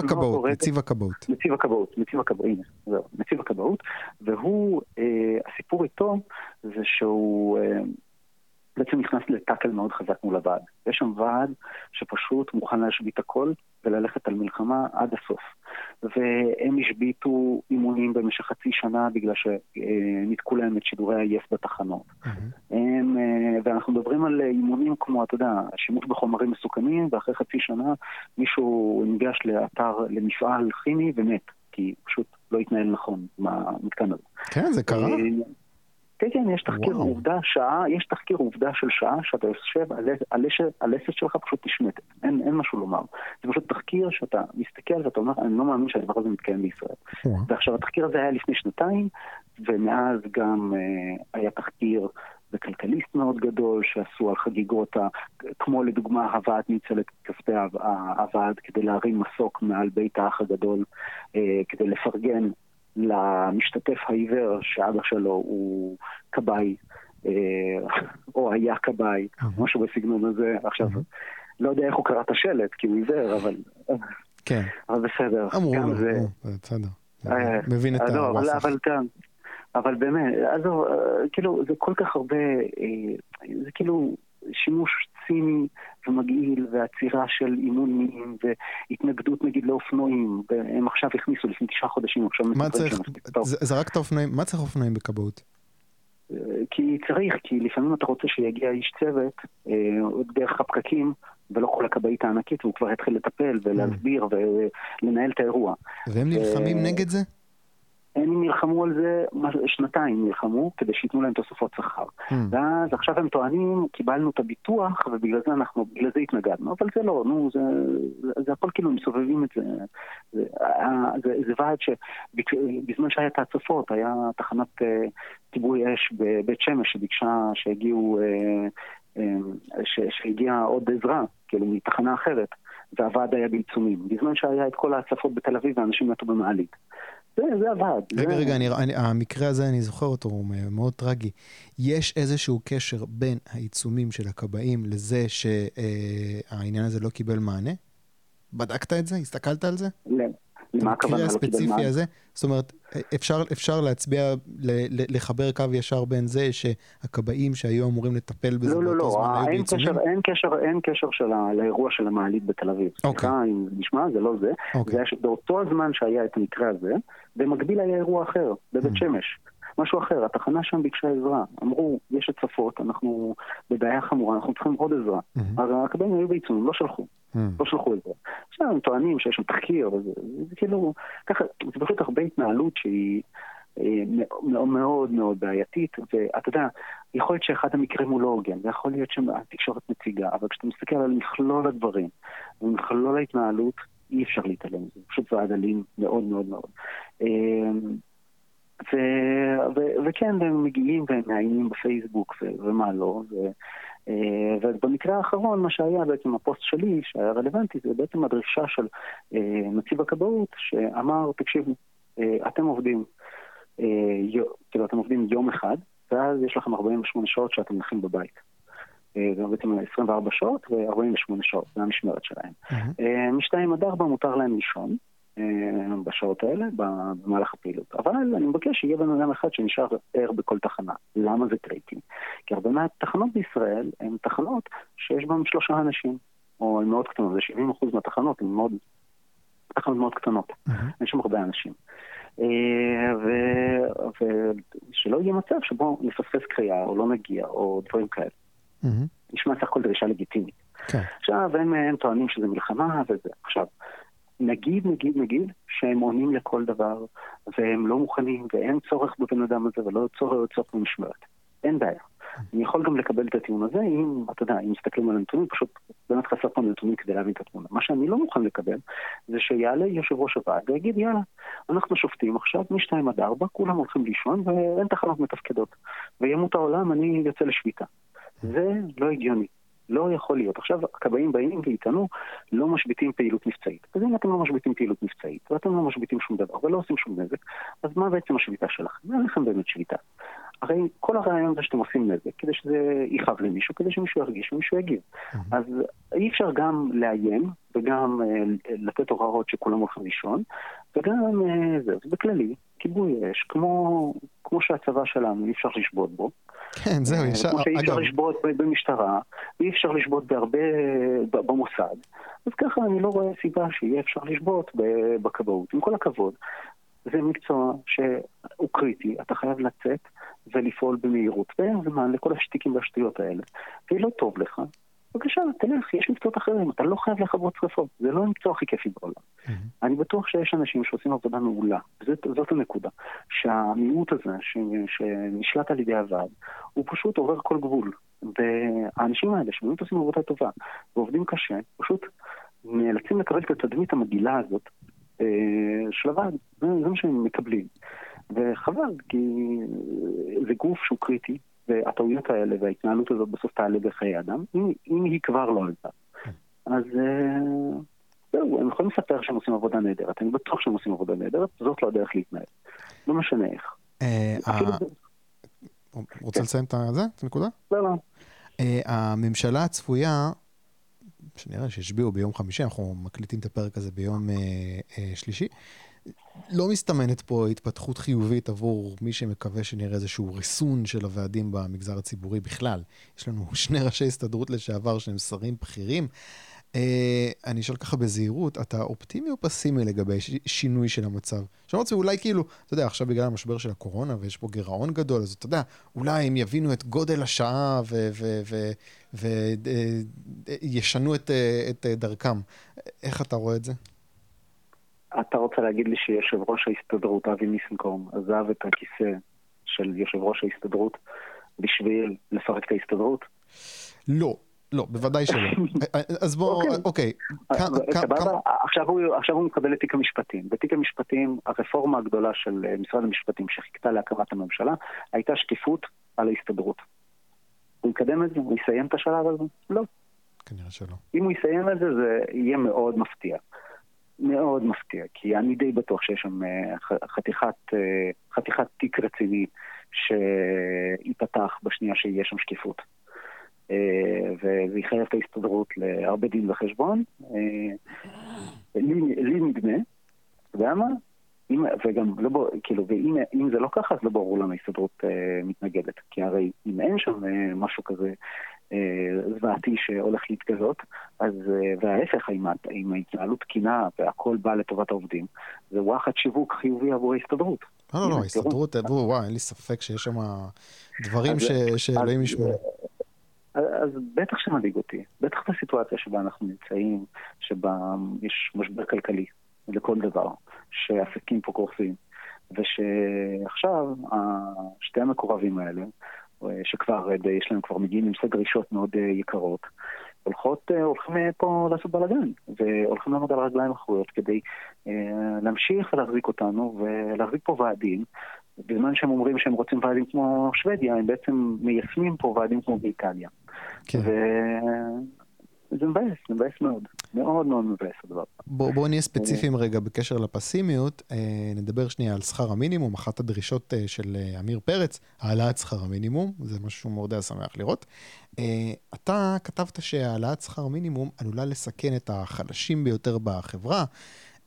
הכבאות, והוא, הסיפור איתו זה שהוא בעצם נכנס לטאקל מאוד חזק מול הוועד. יש שם ועד שפשוט מוכן להשבית הכל וללכת על מלחמה עד הסוף. והם השביתו אימונים במשך חצי שנה בגלל שניתקו להם את שידורי העייף בתחנות. ואנחנו מדברים על אימונים כמו, אתה יודע, שימוש בחומרים מסוכנים, ואחרי חצי שנה מישהו ניגש למפעל כימי ומת, כי פשוט לא התנהל נכון מהמתקן הזה. כן, זה קרה. כן, יש תחקיר עובדה של שעה שאתה יושב על לסת שלך פשוט נשמטת. אין משהו לומר. זה פשוט תחקיר שאתה מסתכל ואתה אומר, אני לא מאמין שהדבר הזה מתקיים בישראל. ועכשיו התחקיר הזה היה לפני 2 ומאז גם היה תחקיר בכלכליסט מאוד גדול שעשו על חגיגות, כמו לדוגמה הוועד ניצל את כספי הוועד כדי להרים מסוק מעל בית האח הגדול, כדי לפרגן למשתתף העיוור שאבא שלו הוא קבאי, או היה קבאי, משהו בסגנון הזה. עכשיו, לא יודע איך הוא קרא את השלט, כי הוא עיוור, אבל בסדר. אמרו, בסדר. מבין את הווסף. אבל באמת, כאילו, זה כל כך הרבה, זה כאילו שימוש ציני ומגעיל, והצירה של אימון מינים, והתנגדות נגיד לאופנועים, והם עכשיו הכניסו לפני 9 חודשים, עכשיו זרקת אופנועים, מה צריך אופנועים בכבאות? כי לפעמים אתה רוצה שיגיע איש צוות, דרך הפקקים, ולא כל הכבאית הענקית, והוא כבר יתחיל לטפל ולהסביר ולנהל את האירוע. והם נלחמים נגד זה? הם נלחמו על זה, 2 נלחמו, כדי שיתנו להם תוספות שכר. ואז עכשיו הם טוענים, קיבלנו את הביטוח, ובגלל זה התנגדנו. אבל זה לא, זה הכל כאילו, הם סובבים את זה. זה ועד שבזמן שהיה את ההצפות, היה תחנת כיבוי אש בבית שמש, שביקשה שהגיעה עוד עזרה, כאילו מתחנה אחרת, והוועד היה בעיצומים. בזמן שהיה את כל ההצפות בתל אביב, ואנשים נתו במעלית. זה עבד. רגע, המקרה הזה, אני זוכר אותו, הוא מאוד טרגי. יש איזשהו קשר בין העיצומים של הכבאים לזה שהעניין הזה לא קיבל מענה? בדקת את זה? הסתכלת על זה? למה הכוונה לא קיבל מענה? המקרה הספציפי הזה? זאת אומרת, אפשר להצביע, לחבר קו ישר בין זה שהכבאים שהיו אמורים לטפל בזה באותו זמן היו בעיצומים? אין קשר לאירוע של המעלית בתל אביב. סליחה, אם נשמע, זה לא זה. זה היה באותו הזמן שהיה את המקרה הזה, במקביל היה אירוע אחר, בבית שמש. משהו אחר, התחנה שם ביקשה עזרה. אמרו, יש הצפות, אנחנו בבעיה חמורה, אנחנו צריכים עוד עזרה. הכבאים היו בעיצומים, לא שלחו עזרה. עכשיו הם טוענים שיש שם תחקיר, זה כאילו, ככה, זה פשוט הרבה התנהלות שהיא מאוד מאוד בעייתית, ואתה יודע, יכול להיות שאחד המקרים הוא לא הוגן, ויכול להיות שהתקשורת מציגה, אבל כשאתה מסתכל על מכלול הדברים, ומכלול ההתנהלות, אי אפשר להתעלם, זה פשוט ועד אלים מאוד מאוד מאוד. וכן, הם מגיעים והם מעיינים בפייסבוק ומה לא, ובמקרה האחרון, מה שהיה בעצם הפוסט שלי, שהיה רלוונטי, זה בעצם הדרישה של נציב הכבאות, שאמר, תקשיבו, אתם עובדים יום אחד, ואז יש לכם 48 שעות שאתם נחים בבית. זה בעצם 24 שעות ו-48 שעות, זה המשמרת שלהם. מ-2 עד 4 מותר להם לישון, בשעות האלה, במהלך הפעילות. אבל אני מבקש שיהיה בן אדם אחד שנשאר ער בכל תחנה. למה זה קריטי? כי הרבה מהתחנות בישראל הן תחנות שיש בהן 3 אנשים. או הן מאוד קטנות, זה 70% מהתחנות, הן מאוד, תחנות מאוד קטנות, אין שם הרבה אנשים. ושלא יהיה מצב שבו נפספס קריאה, או לא נגיע, או דברים כאלה. נשמע סך הכל דרישה לגיטימית. עכשיו, הם טוענים שזה מלחמה, וזה. עכשיו, נגיד שהם עונים לכל דבר, והם לא מוכנים, ואין צורך בבן אדם הזה, ולא צורך במשמרת. אין בעיה. אני יכול גם לקבל את הטיעון הזה, אם, אתה יודע, אם מסתכלים על הנתונים, פשוט באמת חסר פה נתונים כדי להבין את התמונה. מה שאני לא מוכן לקבל, זה שיעלה יושב ראש הוועד, ויגיד, יאללה, אנחנו שופטים עכשיו, מ-2-4, כולם הולכים לישון, ואין תחנות מתפקדות. וימות העולם, אני יוצא לשביתה. זה לא הגיוני. לא יכול להיות. עכשיו, הכבאים באים ואיתנו, לא משביתים פעילות מבצעית. אז אם אתם לא משביתים פעילות מבצעית, ואתם לא משביתים שום דבר, ולא עושים שום נזק, אז מה בעצם השביתה שלכם? אין לכם באמת שביתה. הרי כל הרעיון זה שאתם עושים נזק, כדי שזה יכאב למישהו, כדי שמישהו ירגיש ומישהו יגיב. אז אי אפשר גם לאיים, וגם לתת הוראות שכולם הולכים לישון, וגם זה בכללי, כיבוי אש, כמו שהצבא שלנו, אי אפשר לשבות בו. כן, זהו, כמו שאי אפשר לשבות במשטרה, אי אפשר לשבות בהרבה במוסד. אז ככה אני לא רואה סיבה שיהיה אפשר לשבות בכבאות. עם כל הכבוד, זה מקצוע שהוא קריטי, אתה חייב לצאת ולפעול במהירות. ואין זמן לכל השתיקים והשטויות האלה. ולא טוב לך, בבקשה, תלך, יש מקצועות אחרים, אתה לא חייב לכבות שרפות, זה לא המקצוע הכי כיפי בעולם. אני בטוח שיש אנשים שעושים עבודה מעולה, זאת הנקודה, שהמיעוט הזה שנשלט על ידי הוועד, הוא פשוט עובר כל גבול, והאנשים האלה שבאמת עושים עבודה טובה, ועובדים קשה, פשוט נאלצים לקבל את התדמית המגעילה הזאת של הוועד, זה מה שהם מקבלים. וחבל, כי זה גוף שהוא קריטי, והטעויות האלה וההתנהלות הזאת בסוף תעלה בחיי אדם, אם היא כבר לא עלתה. אז זהו, הם יכולים לספר שהם עושים עבודה נהדרת, אני בטוח שהם עושים עבודה נהדרת, זאת לא הדרך להתנהל. לא משנה איך. רוצה לסיים את זה? את הנקודה? לא. הממשלה הצפויה, שנראה שהשביעו ביום חמישי, אנחנו מקליטים את הפרק הזה ביום שלישי, לא מסתמנת פה התפתחות חיובית עבור מי שמקווה שנראה איזשהו ריסון של הוועדים במגזר הציבורי בכלל. יש לנו 2 ראשי הסתדרות לשעבר שהם שרים בכירים. אני אשאל ככה בזהירות, אתה אופטימי או פסימי לגבי שינוי של המצב? שאני רוצה אולי כאילו, אתה יודע, עכשיו בגלל המשבר של הקורונה ויש פה גירעון גדול, אז אתה יודע, אולי הם יבינו את גודל השעה וישנו את דרכם. איך אתה רואה את זה? אתה רוצה להגיד לי שיושב ראש ההסתדרות, אבי ניסנקורן, עזב את הכיסא של יושב ראש ההסתדרות בשביל לפרק את ההסתדרות? לא, בוודאי שלא. אז בוא, אוקיי. עכשיו הוא מקבל את תיק המשפטים. בתיק המשפטים, הרפורמה הגדולה של משרד המשפטים שחיכתה להקמת הממשלה, הייתה שקיפות על ההסתדרות. הוא יקדם את זה? הוא יסיים את השלב הזה? לא. כנראה שלא. אם הוא יסיים את זה, זה יהיה מאוד מפתיע. מאוד מפתיע, כי אני די בטוח שיש שם חתיכת תיק רציני שיפתח בשנייה שיהיה שם שקיפות. וזה יחייב את ההסתדרות להרבה דין וחשבון. לי נדמה, ואמה, וגם לא ברור, כאילו, ואם זה לא ככה, אז לא ברור למה ההסתדרות מתנגדת. כי הרי אם אין שם משהו כזה זוועתי שהולך להתגזות, אז, וההפך, עם ההתנהלות תקינה והכל בא לטובת העובדים, זה וואחד שיווק חיובי עבור ההסתדרות. לא, ההסתדרות, וואי, אין לי ספק שיש שם דברים שאלוהים ישמעו. אז בטח שמדאיג אותי, בטח בסיטואציה שבה אנחנו נמצאים, שבה יש משבר כלכלי לכל דבר, שעסקים פה קורסים, ושעכשיו שתי המקורבים האלה, שכבר יש להם כבר מגיעים עם סט דרישות מאוד יקרות, הולכים פה לעשות בלגן, והולכים לעמוד על רגליים אחוריות כדי להמשיך ולהחזיק אותנו, ולהחזיק פה ועדים, בזמן שהם אומרים שהם רוצים ועדים כמו שוודיה, הם בעצם מיישמים פה ועדים כמו באיטליה. כן. וזה מבאס מאוד. מאוד מאוד מבאס הדבר. בואו נהיה ספציפיים רגע בקשר לפסימיות. נדבר שנייה על שכר המינימום, אחת הדרישות של אמיר פרץ, העלאת שכר המינימום, זה משהו מאוד היה שמח לראות. אתה כתבת שהעלאת שכר המינימום עלולה לסכן את החלשים ביותר בחברה,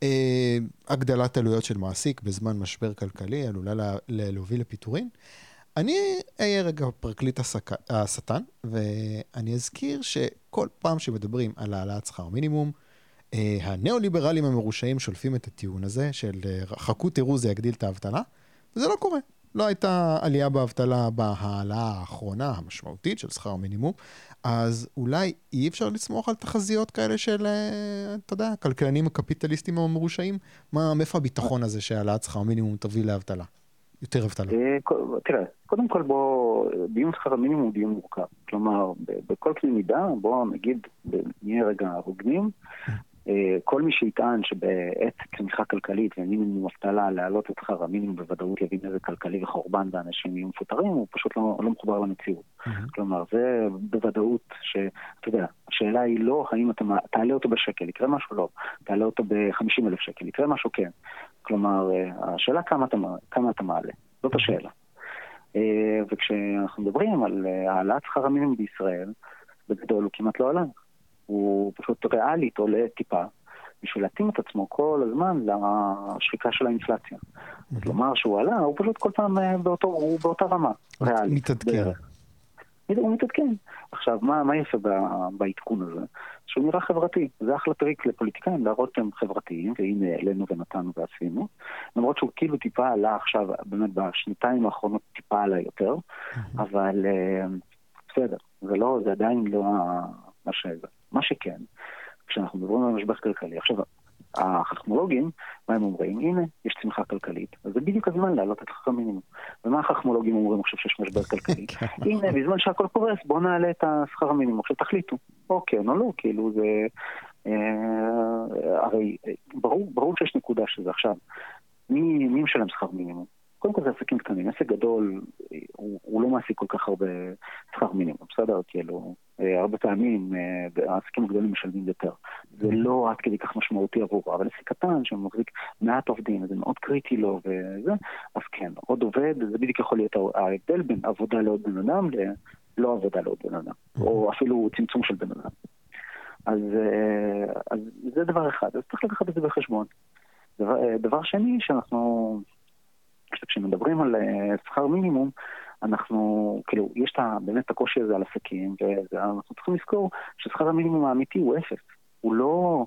הגדלת עלויות של מעסיק בזמן משבר כלכלי עלולה להוביל לפיטורין. אני אהיה רגע פרקליט השטן, ואני אזכיר שכל פעם שמדברים על העלאת שכר מינימום, הניאו-ליברלים המרושעים שולפים את הטיעון הזה של חכו תראו זה יגדיל את האבטלה, וזה לא קורה. לא הייתה עלייה באבטלה בהעלאה האחרונה המשמעותית של שכר מינימום, אז אולי אי אפשר לסמוך על תחזיות כאלה של, אתה יודע, כלכלנים הקפיטליסטים המרושעים? מאיפה הביטחון הזה שהעלאת שכר מינימום תביא לאבטלה? יותר אבטלה. תראה, קודם כל דיון שכר המינימום הוא דיון מורכב. כלומר, בכל קנה מידה, בוא נגיד, נהיה רגע הוגנים, כל מי שיטען שבעת צמיחה כלכלית ומינימום אבטלה להעלות את שכר המינימום בוודאות יביא נזק כלכלי וחורבן ואנשים יהיו מפוטרים, הוא פשוט לא מחובר למציאות. כלומר, זה בוודאות אתה יודע, השאלה היא לא האם אתה תעלה אותו בשקל, יקרה משהו לא, תעלה אותו ב-50,000 שקל, יקרה משהו כן. כלומר, השאלה כמה אתה מעלה, זאת השאלה. וכשאנחנו מדברים על העלאת שכר המינימום בישראל, בגדול הוא כמעט לא עלה. הוא פשוט ריאלית עולה טיפה, בשביל להתאים את עצמו כל הזמן לשחיקה של האינפלציה. כלומר שהוא עלה, הוא פשוט כל פעם באותה רמה, ריאלית. מתעדכן. הוא מתעדכן. עכשיו, מה יפה בעדכון הזה? שהוא נראה חברתי. זה אחלה טריק לפוליטיקאים, להראות שהם חברתיים, והנה אלינו ונתנו ועשינו. למרות שהוא כאילו טיפה עלה עכשיו, באמת בשנתיים האחרונות טיפה עלה יותר, אבל בסדר, זה עדיין לא מה שכן, כשאנחנו מדברים על משבר כלכלי, עכשיו, החכמולוגים, מה הם אומרים? הנה, יש צמיחה כלכלית, אז זה בדיוק הזמן להעלות את שכר המינימום. ומה החכמולוגים אומרים עכשיו שיש משבר כלכלי? הנה, בזמן שהכל קורס, בואו נעלה את שכר המינימום. עכשיו תחליטו, אוקיי, או לא, כאילו זה... הרי ברור שיש נקודה שזה עכשיו. מי משלם שכר מינימום? קודם כל זה עסקים קטנים, עסק גדול, הוא לא מעסיק כל כך הרבה שכר מינימום, בסדר? כאילו, הרבה פעמים העסקים הגדולים משלמים יותר. זה לא עד כדי כך משמעותי עבורו, אבל עסק קטן שמחזיק מעט עובדים, זה מאוד קריטי לו וזה, אז כן, עוד עובד, זה בדיוק יכול להיות ההבדל בין עבודה לעוד בן אדם ללא עבודה לעוד בן אדם, או אפילו צמצום של בן אדם. אז זה דבר אחד, אז צריך לקחת את זה בחשבון. דבר שני שאנחנו... כשמדברים על שכר מינימום, אנחנו, כאילו, יש באמת את הקושי הזה על עסקים, ואנחנו צריכים לזכור ששכר המינימום האמיתי הוא אפס. הוא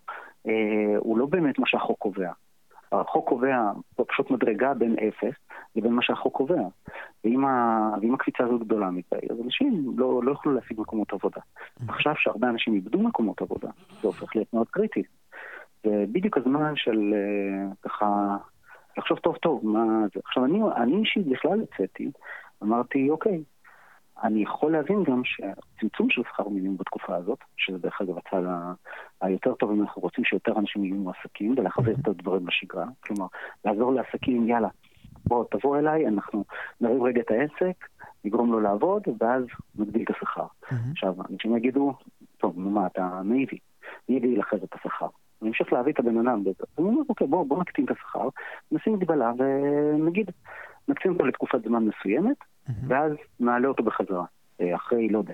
לא באמת מה שהחוק קובע. החוק קובע פשוט מדרגה בין אפס לבין מה שהחוק קובע. ואם הקפיצה הזאת גדולה מדי, אז אנשים לא יוכלו להשיג מקומות עבודה. עכשיו שהרבה אנשים איבדו מקומות עבודה, זה הופך להיות מאוד קריטי. ובדיוק הזמן של ככה... לחשוב טוב, מה זה. עכשיו, אני אישית בכלל הצאתי, אמרתי, אוקיי, אני יכול להבין גם שהצמצום של שכר מינימום בתקופה הזאת, שזה דרך אגב הצד היותר טוב, אם אנחנו רוצים שיותר אנשים יהיו מועסקים, ולחזר את הדברים לשגרה, כלומר, לעזור לעסקים, יאללה, בוא, תבוא אליי, אנחנו נריב רגע את העסק, נגרום לו לעבוד, ואז נגדיל את השכר. עכשיו, אנשים יגידו, טוב, מה, אתה נאיבי, מי יגיד לחזר את השכר? אני אמשיך להביא את הבן אדם בזה. אני אומר, אוקיי, בוא נקטין את השכר, נשים מגבלה ונגיד, נקטין אותו לתקופת זמן מסוימת, ואז נעלה אותו בחזרה, אחרי, לא יודע,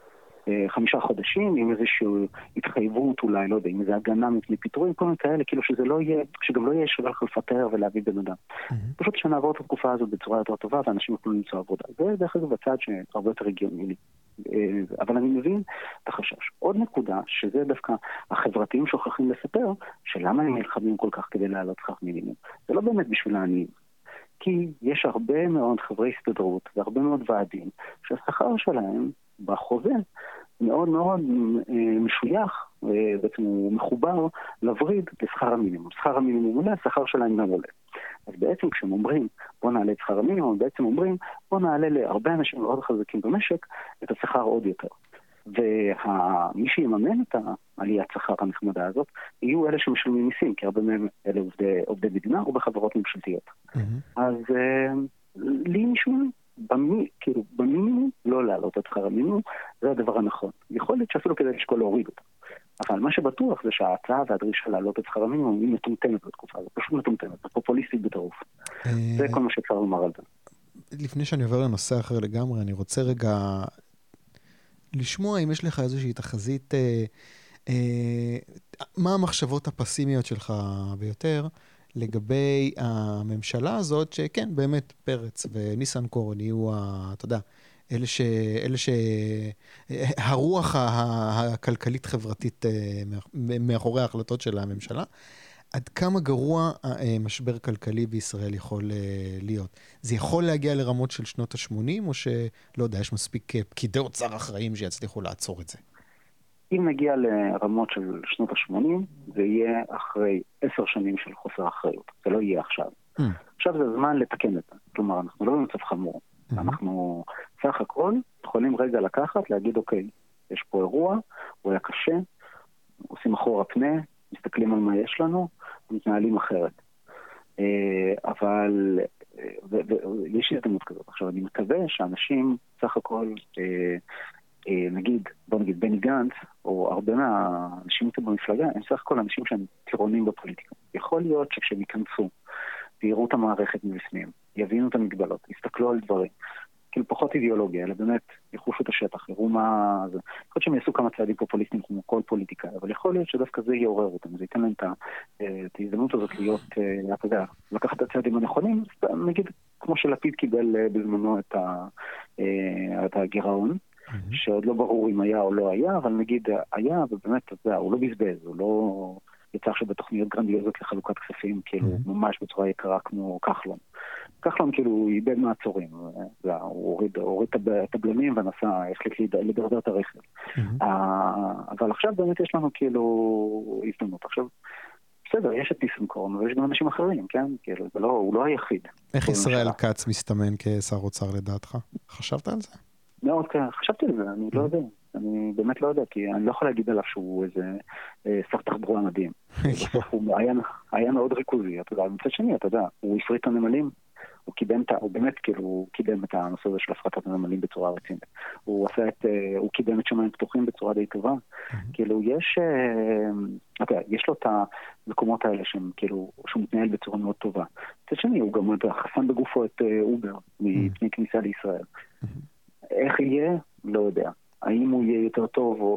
5 חודשים, עם איזושהי התחייבות אולי, לא יודע, עם איזו הגנה מפני פיטורים, כל מיני כאלה, כאילו שזה לא יהיה, שגם לא יהיה שווה לך לפטר ולהביא בן אדם. פשוט שנעבור את התקופה הזאת בצורה יותר טובה, ואנשים יוכלו למצוא עבודה. זה דרך אגב הצעד שהרבה יותר הגיוני לי. אבל אני מבין את החשש. עוד נקודה, שזה דווקא החברתיים שוכחים לספר, שלמה הם נלחמים כל כך כדי להעלות שכר מינימום. זה לא באמת בשביל העניים. כי יש הרבה מאוד חברי הסתדרות והרבה מאוד ועדים שהשכר שלהם בחוזה מאוד מאוד משוייך, בעצם הוא מחובר לווריד לשכר המינימום. שכר המינימום עולה, השכר שלהם גם עולה. אז בעצם כשהם אומרים בוא נעלה את שכר המינימום, בעצם אומרים בוא נעלה להרבה אנשים מאוד חזקים במשק את השכר עוד יותר. ומי שיממן את העליית שכר הנחמדה הזאת יהיו אלה שמשלמים מיסים, כי הרבה מהם אלה עובדי מדינה או בחברות ממשלתיות. אז לי נשמע במינימום לא להעלות את שכר המינימום, זה הדבר הנכון. יכול להיות שאפילו כדי לשקול להוריד אותו. אבל מה שבטוח זה שההצעה והדרישה להעלות את שכר המינימום היא מטומטמת בתקופה הזאת, פשוט מטומטמת, פופוליסטית בטירוף. זה כל מה שאפשר לומר על זה. לפני שאני עובר לנושא אחר לגמרי, אני רוצה רגע לשמוע אם יש לך איזושהי תחזית, מה המחשבות הפסימיות שלך ביותר לגבי הממשלה הזאת, שכן, באמת, פרץ וניסנקורן יהיו, אתה יודע, הרוח הכלכלית-חברתית מאחורי ההחלטות של הממשלה, עד כמה גרוע משבר כלכלי בישראל יכול להיות? זה יכול להגיע לרמות של שנות ה-80, או שלא יודע, יש מספיק פקידי אוצר אחראים שיצליחו לעצור את זה? אם נגיע לרמות של שנות ה-80, זה יהיה אחרי 10 שנים של חוסר אחריות. זה לא יהיה עכשיו. עכשיו זה הזמן לתקן את זה. כלומר, אנחנו לא במצב חמור. אנחנו סך הכל יכולים רגע לקחת, להגיד, אוקיי, יש פה אירוע, הוא היה קשה, עושים אחורה פנה, מסתכלים על מה יש לנו, מתנהלים אחרת. אבל יש הזדמנות כזאת. עכשיו, אני מקווה שאנשים סך הכל, נגיד, בוא נגיד, בני גנץ, או הרבה מהאנשים איתו במפלגה, הם סך הכל אנשים שהם טירונים בפוליטיקה. יכול להיות שכשהם ייכנסו, ויראו את המערכת מבפנים, יבינו את המגבלות, יסתכלו על דברים, כאילו פחות אידיאולוגיה, אלא באמת יחושו את השטח, יראו מה זה. יכול להיות שהם יעשו כמה צעדים פופוליסטיים כמו כל פוליטיקה, אבל יכול להיות שדווקא זה יעורר אותם, זה ייתן להם את ההזדמנות הזאת להיות, אתה יודע, לקחת את הצעדים הנכונים, נגיד כמו שלפיד קיבל בזמנו את הגירעון, שעוד לא ברור אם היה או לא היה, אבל נגיד היה, ובאמת, אתה יודע, הוא לא בזבז, הוא לא יצא עכשיו בתוכניות גרנדיוזות לחלוקת כספים, כאילו ממש בצורה יקרה כמו כחלון. כחלון כאילו הוא איבד מעצורים, הוא הוריד את הבלמים ונסע, החליט לדרדר את הרכב. אבל עכשיו באמת יש לנו כאילו הזדמנות. עכשיו, בסדר, יש את ניסנקורן ויש גם אנשים אחרים, כן? כאילו, הוא לא היחיד. איך ישראל כץ מסתמן כשר אוצר לדעתך? חשבת על זה? מאוד, חשבתי על זה, אני לא יודע. אני באמת לא יודע, כי אני לא יכול להגיד עליו שהוא איזה שר תחבורה מדהים. בסוף הוא היה מאוד ריכוזי, אתה יודע, מצד שני, אתה יודע, הוא הפריט את הנמלים, הוא באמת כאילו, הוא קידם את הנושא הזה של הפחתת הנמלים בצורה רצינית. הוא קידם את שמיים פתוחים בצורה די טובה. כאילו, יש לו את המקומות האלה שהם כאילו, שהוא מתנהל בצורה מאוד טובה. מצד שני, הוא גם חסם בגופו את אובר מפני כניסה לישראל. איך יהיה? לא יודע. האם הוא יהיה יותר טוב או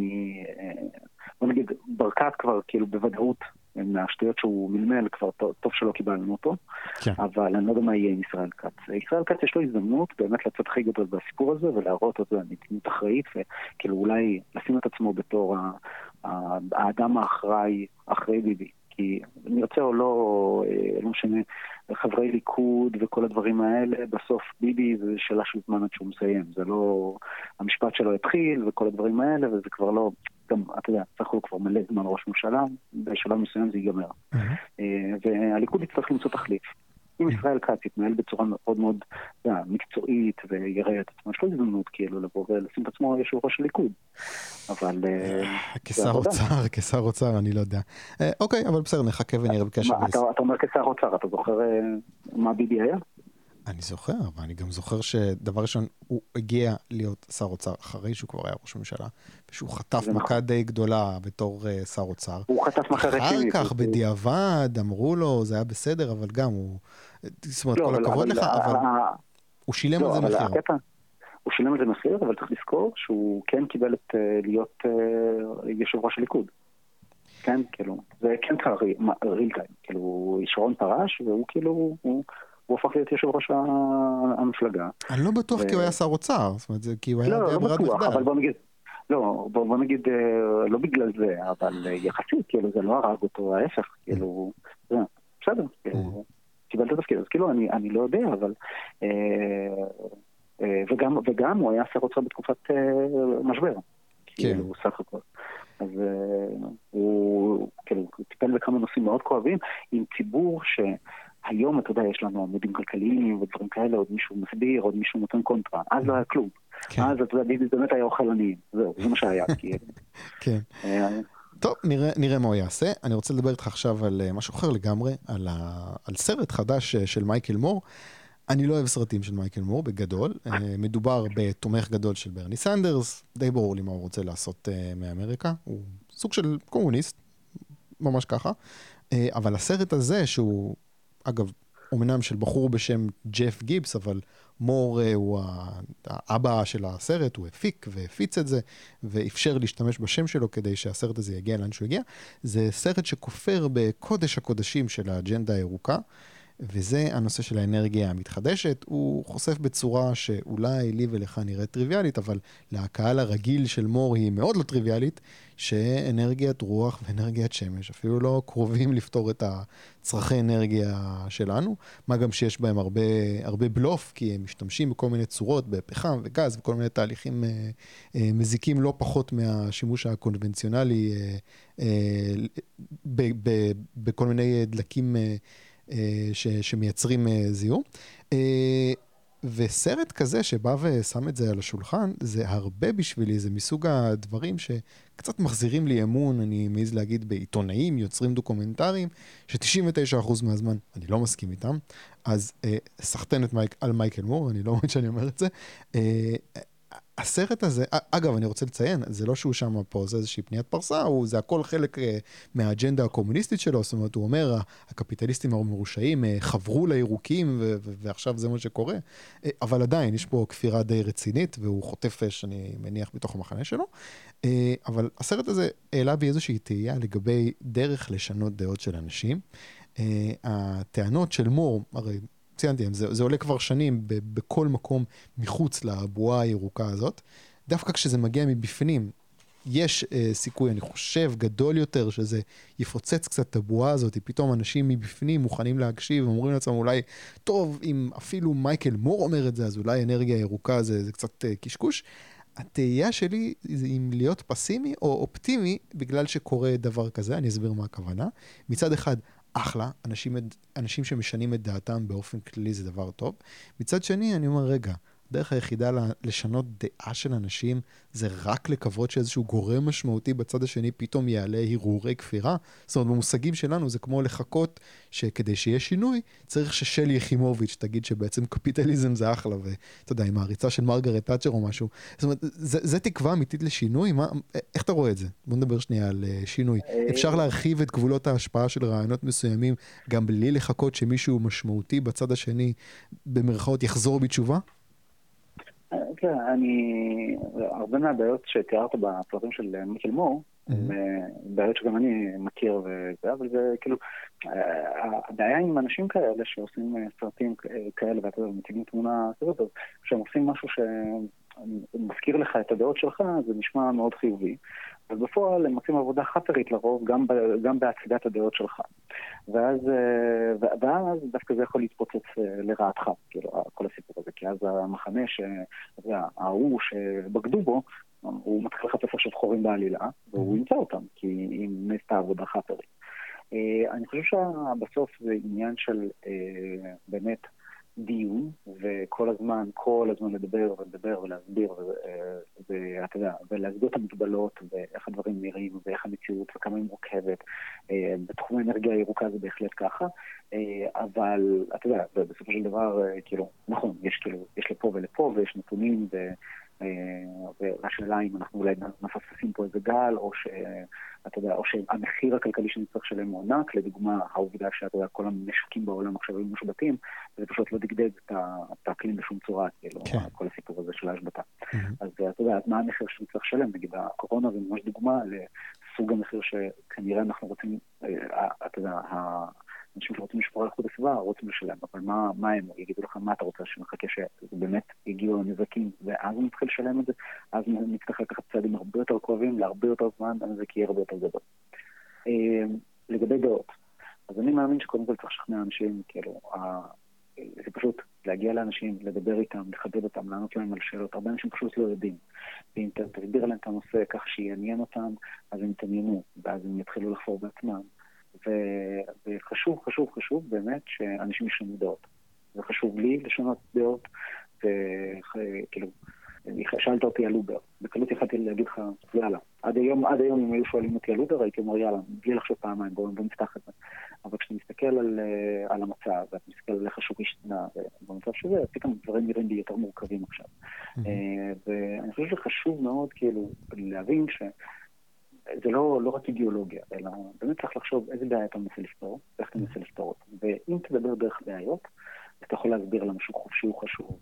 בוא נגיד, ברקת כבר כאילו בוודאות מהשטויות שהוא מלמל, כבר טוב שלא קיבלנו אותו, כן. אבל אני לא יודע מה יהיה עם ישראל כץ. ישראל כץ יש לו הזדמנות באמת לצאת הכי גדול בסיפור הזה ולהראות אותו מדיניות אחראית וכאילו אולי לשים את עצמו בתור האדם האחראי ביבי. כי נרצה או לא משנה, חברי ליכוד וכל הדברים האלה, בסוף ביבי זה שאלה של זמן עד שהוא מסיים. זה לא, המשפט שלו התחיל וכל הדברים האלה, וזה כבר לא, גם, אתה יודע, צריך הוא כבר מלא זמן ראש ממשלה, בשלב מסוים זה ייגמר. והליכוד יצטרך למצוא תחליף. אם ישראל כץ יתנהל בצורה מאוד מאוד מקצועית ויראה את עצמו, יש לו הזדמנות כאילו לבוא ולשים את עצמו יושב ראש הליכוד. אבל... כשר אוצר, אני לא יודע. אוקיי, אבל בסדר, נחכה ונראה בקשר. אתה אומר כשר אוצר, אתה זוכר מה ביבי היה? אני זוכר, אבל אני גם זוכר שדבר ראשון, הוא הגיע להיות שר אוצר אחרי שהוא כבר היה ראש ממשלה, ושהוא חטף מכה די גדולה בתור שר אוצר. הוא חטף מכה רצינית. אחר כך בדיעבד אמרו לו, זה היה בסדר, אבל גם הוא, זאת אומרת, כל הכבוד לך, אבל הוא שילם על זה מחיר. הוא שילם על זה מחיר, אבל צריך לזכור שהוא כן קיבל להיות יושב ראש הליכוד. כן, כאילו, זה כן קרה ריל טיים. כאילו, שרון פרש, והוא כאילו, הוא הפך להיות יושב ראש המפלגה. אני לא בטוח כי הוא היה שר אוצר, זאת אומרת, כי הוא היה לא בטוח, אבל בוא נגיד, לא בגלל זה, אבל יחסית, כאילו, זה לא הרג אותו, ההפך, כאילו, בסדר, כאילו, קיבל את התפקיד, אז כאילו, אני לא יודע, אבל, וגם הוא היה שר אוצר בתקופת משבר, כאילו, סך הכל. אז הוא טיפל בכמה נושאים מאוד כואבים, עם ציבור שהיום, אתה יודע, יש לנו עמודים כלכליים ודברים כאלה, עוד מישהו מסביר, עוד מישהו נותן קונטרה, אז לא היה כלום. אז אתה יודע, ביבי באמת היה אוכל עניים, זהו, זה מה שהיה. כן. טוב, נראה מה הוא יעשה. אני רוצה לדבר איתך עכשיו על משהו אחר לגמרי, על סרט חדש של מייקל מור. אני לא אוהב סרטים של מייקל מור, בגדול. מדובר בתומך גדול של ברני סנדרס, די ברור לי מה הוא רוצה לעשות מאמריקה. הוא סוג של קומוניסט, ממש ככה. אבל הסרט הזה, שהוא, אגב, אומנם של בחור בשם ג'ף גיבס, אבל מור הוא האבא של הסרט, הוא הפיק והפיץ את זה, ואפשר להשתמש בשם שלו כדי שהסרט הזה יגיע לאן שהוא יגיע. זה סרט שכופר בקודש הקודשים של האג'נדה הירוקה, וזה הנושא של האנרגיה המתחדשת. הוא חושף בצורה שאולי לי ולך נראית טריוויאלית, אבל לקהל הרגיל של מור היא מאוד לא טריוויאלית, שאנרגיית רוח ואנרגיית שמש אפילו לא קרובים לפתור את הצרכי אנרגיה שלנו, מה גם שיש בהם הרבה בלוף, כי הם משתמשים בכל מיני צורות, בפחם וגז וכל מיני תהליכים מזיקים לא פחות מהשימוש הקונבנציונלי בכל מיני דלקים שמייצרים זיהום. וסרט כזה שבא ושם את זה על השולחן, זה הרבה בשבילי, זה מסוג הדברים שקצת מחזירים לי אמון, אני מעז להגיד בעיתונאים, יוצרים דוקומנטריים, ש-99% מהזמן אני לא מסכים איתם, אז סחטנת על מייקל מור, אני לא אומר שאני אומר את זה. הסרט הזה, אגב, אני רוצה לציין, זה לא שהוא שם פה, זה איזושהי פניית פרסה, זה הכל חלק מהאג'נדה הקומוניסטית שלו, זאת אומרת, הוא אומר, הקפיטליסטים המרושעים חברו לירוקים, ועכשיו זה מה שקורה, אבל עדיין, יש פה כפירה די רצינית, והוא חוטף אש, אני מניח, בתוך המחנה שלו, אבל הסרט הזה העלה בי איזושהי תהייה לגבי דרך לשנות דעות של אנשים. הטענות של מור, הרי ציינתי, זה עולה כבר שנים בכל מקום מחוץ לבועה הירוקה הזאת. דווקא כשזה מגיע מבפנים, יש סיכוי, אני חושב, גדול יותר, שזה יפוצץ קצת את הבועה הזאת, פתאום אנשים מבפנים מוכנים להקשיב, ואומרים לעצמם אולי, טוב, אם אפילו מייקל מור אומר את זה, אז אולי אנרגיה ירוקה זה קצת קשקוש. התהייה שלי זה אם להיות פסימי או אופטימי, בגלל שקורה דבר כזה, אני אסביר מה הכוונה. מצד אחד, אחלה, אנשים שמשנים את דעתם באופן כללי זה דבר טוב. מצד שני, אני אומר, רגע, הדרך היחידה לשנות דעה של אנשים, זה רק לקוות שאיזשהו גורם משמעותי בצד השני פתאום יעלה הרהורי כפירה. זאת אומרת, במושגים שלנו זה כמו לחכות שכדי שיהיה שינוי, צריך ששלי יחימוביץ' תגיד שבעצם קפיטליזם זה אחלה, ואתה יודע, עם העריצה של מרגרט תאצ'ר או משהו. זאת אומרת, זה תקווה אמיתית לשינוי? איך אתה רואה את זה? בוא נדבר שנייה על שינוי. אפשר להרחיב את גבולות ההשפעה של רעיונות מסוימים, גם בלי לחכות שמישהו משמעותי בצד השני, במרכאות, יחזור בתשובה? כן, הרבה מהבעיות שתיארת בפרטים של מייקל מור, בעיות שגם אני מכיר וזה, אבל זה כאילו, הבעיה עם אנשים כאלה שעושים סרטים כאלה, ואתה יודע, מציגים תמונה כזאת, כשהם עושים משהו שמזכיר לך את הדעות שלך, זה נשמע מאוד חיובי. אז בפועל הם עושים עבודה חפרית לרוב, גם בהצגת הדעות שלך. ואז דווקא זה יכול להתפוצץ לרעתך, כאילו, כל הסיפור הזה, כי אז המחנה ההוא שבגדו בו, הוא מתחיל לחפש עכשיו חורים בעלילה, והוא ימצא אותם, כי היא נעשתה עבודה חפרית. אני חושב שבסוף זה עניין של באמת דיון, וכל הזמן לדבר ולהסביר, ואתה יודע, ולהסביר את המגבלות, ואיך הדברים נראים, ואיך המציאות, וכמה היא מורכבת. בתחום האנרגיה הירוקה זה בהחלט ככה, אבל אתה יודע, בסופו של דבר, כאילו, נכון, יש לפה ולפה, ויש נתונים, והשאלה אם אנחנו אולי מפספסים פה איזה גל, אתה יודע, או שהמחיר הכלכלי שנצטרך שלהם הוא ענק, לדוגמה, העובדה שאתה יודע, כל המשקים בעולם עכשיו היו מושבתים, וזה פשוט לא דגדג את האקלים בשום צורה, כאילו, כל הסיפור הזה של ההשבתה. אז אתה יודע, מה המחיר שנצטרך שלהם? נגיד, הקורונה זה ממש דוגמה לסוג המחיר שכנראה אנחנו רוצים, אתה יודע, אנשים שרוצים לשפור על איכות הסביבה, רוצים לשלם, אבל מה הם יגידו לך, מה אתה רוצה שנחכה שבאמת יגיעו הנזקים, ואז נתחיל לשלם את זה, אז נצטרך לקחת צעדים הרבה יותר קרובים, להרבה יותר זמן, הנזק יהיה הרבה יותר גדול. לגבי דעות, אז אני מאמין שקודם כל צריך לשכנע אנשים, כאילו, זה פשוט להגיע לאנשים, לדבר איתם, לכבד אותם, לענות להם על שאלות, הרבה אנשים פשוט לא יודעים. ואם תסביר להם את הנושא כך שיעניין אותם, אז הם יתעניינו, ואז הם יתחילו לחפור בעצמם. וחשוב באמת שאנשים ישנו דעות. זה חשוב לי לשנות דעות, וכאילו, שאלת אותי על אובר. בקלות יכלתי להגיד לך, יאללה. עד היום אם היו שואלים אותי על אובר, הייתי אומר, יאללה, בלי לחשוב פעמיים, בואו נפתח את זה. אבל כשאתה מסתכל על המצב, ואתה מסתכל על איך השוק השתנה, ובמצב שזה, פתאום דברים נראים לי יותר מורכבים עכשיו. ואני חושב שחשוב מאוד, כאילו, להבין זה לא רק אידיאולוגיה, אלא באמת צריך לחשוב איזה בעיה אתה מנסה לפתור, ואיך אתה מנסה לפתור אותה. ואם תדבר דרך בעיות, אתה יכול להסביר למה שוק חופשי הוא חשוב,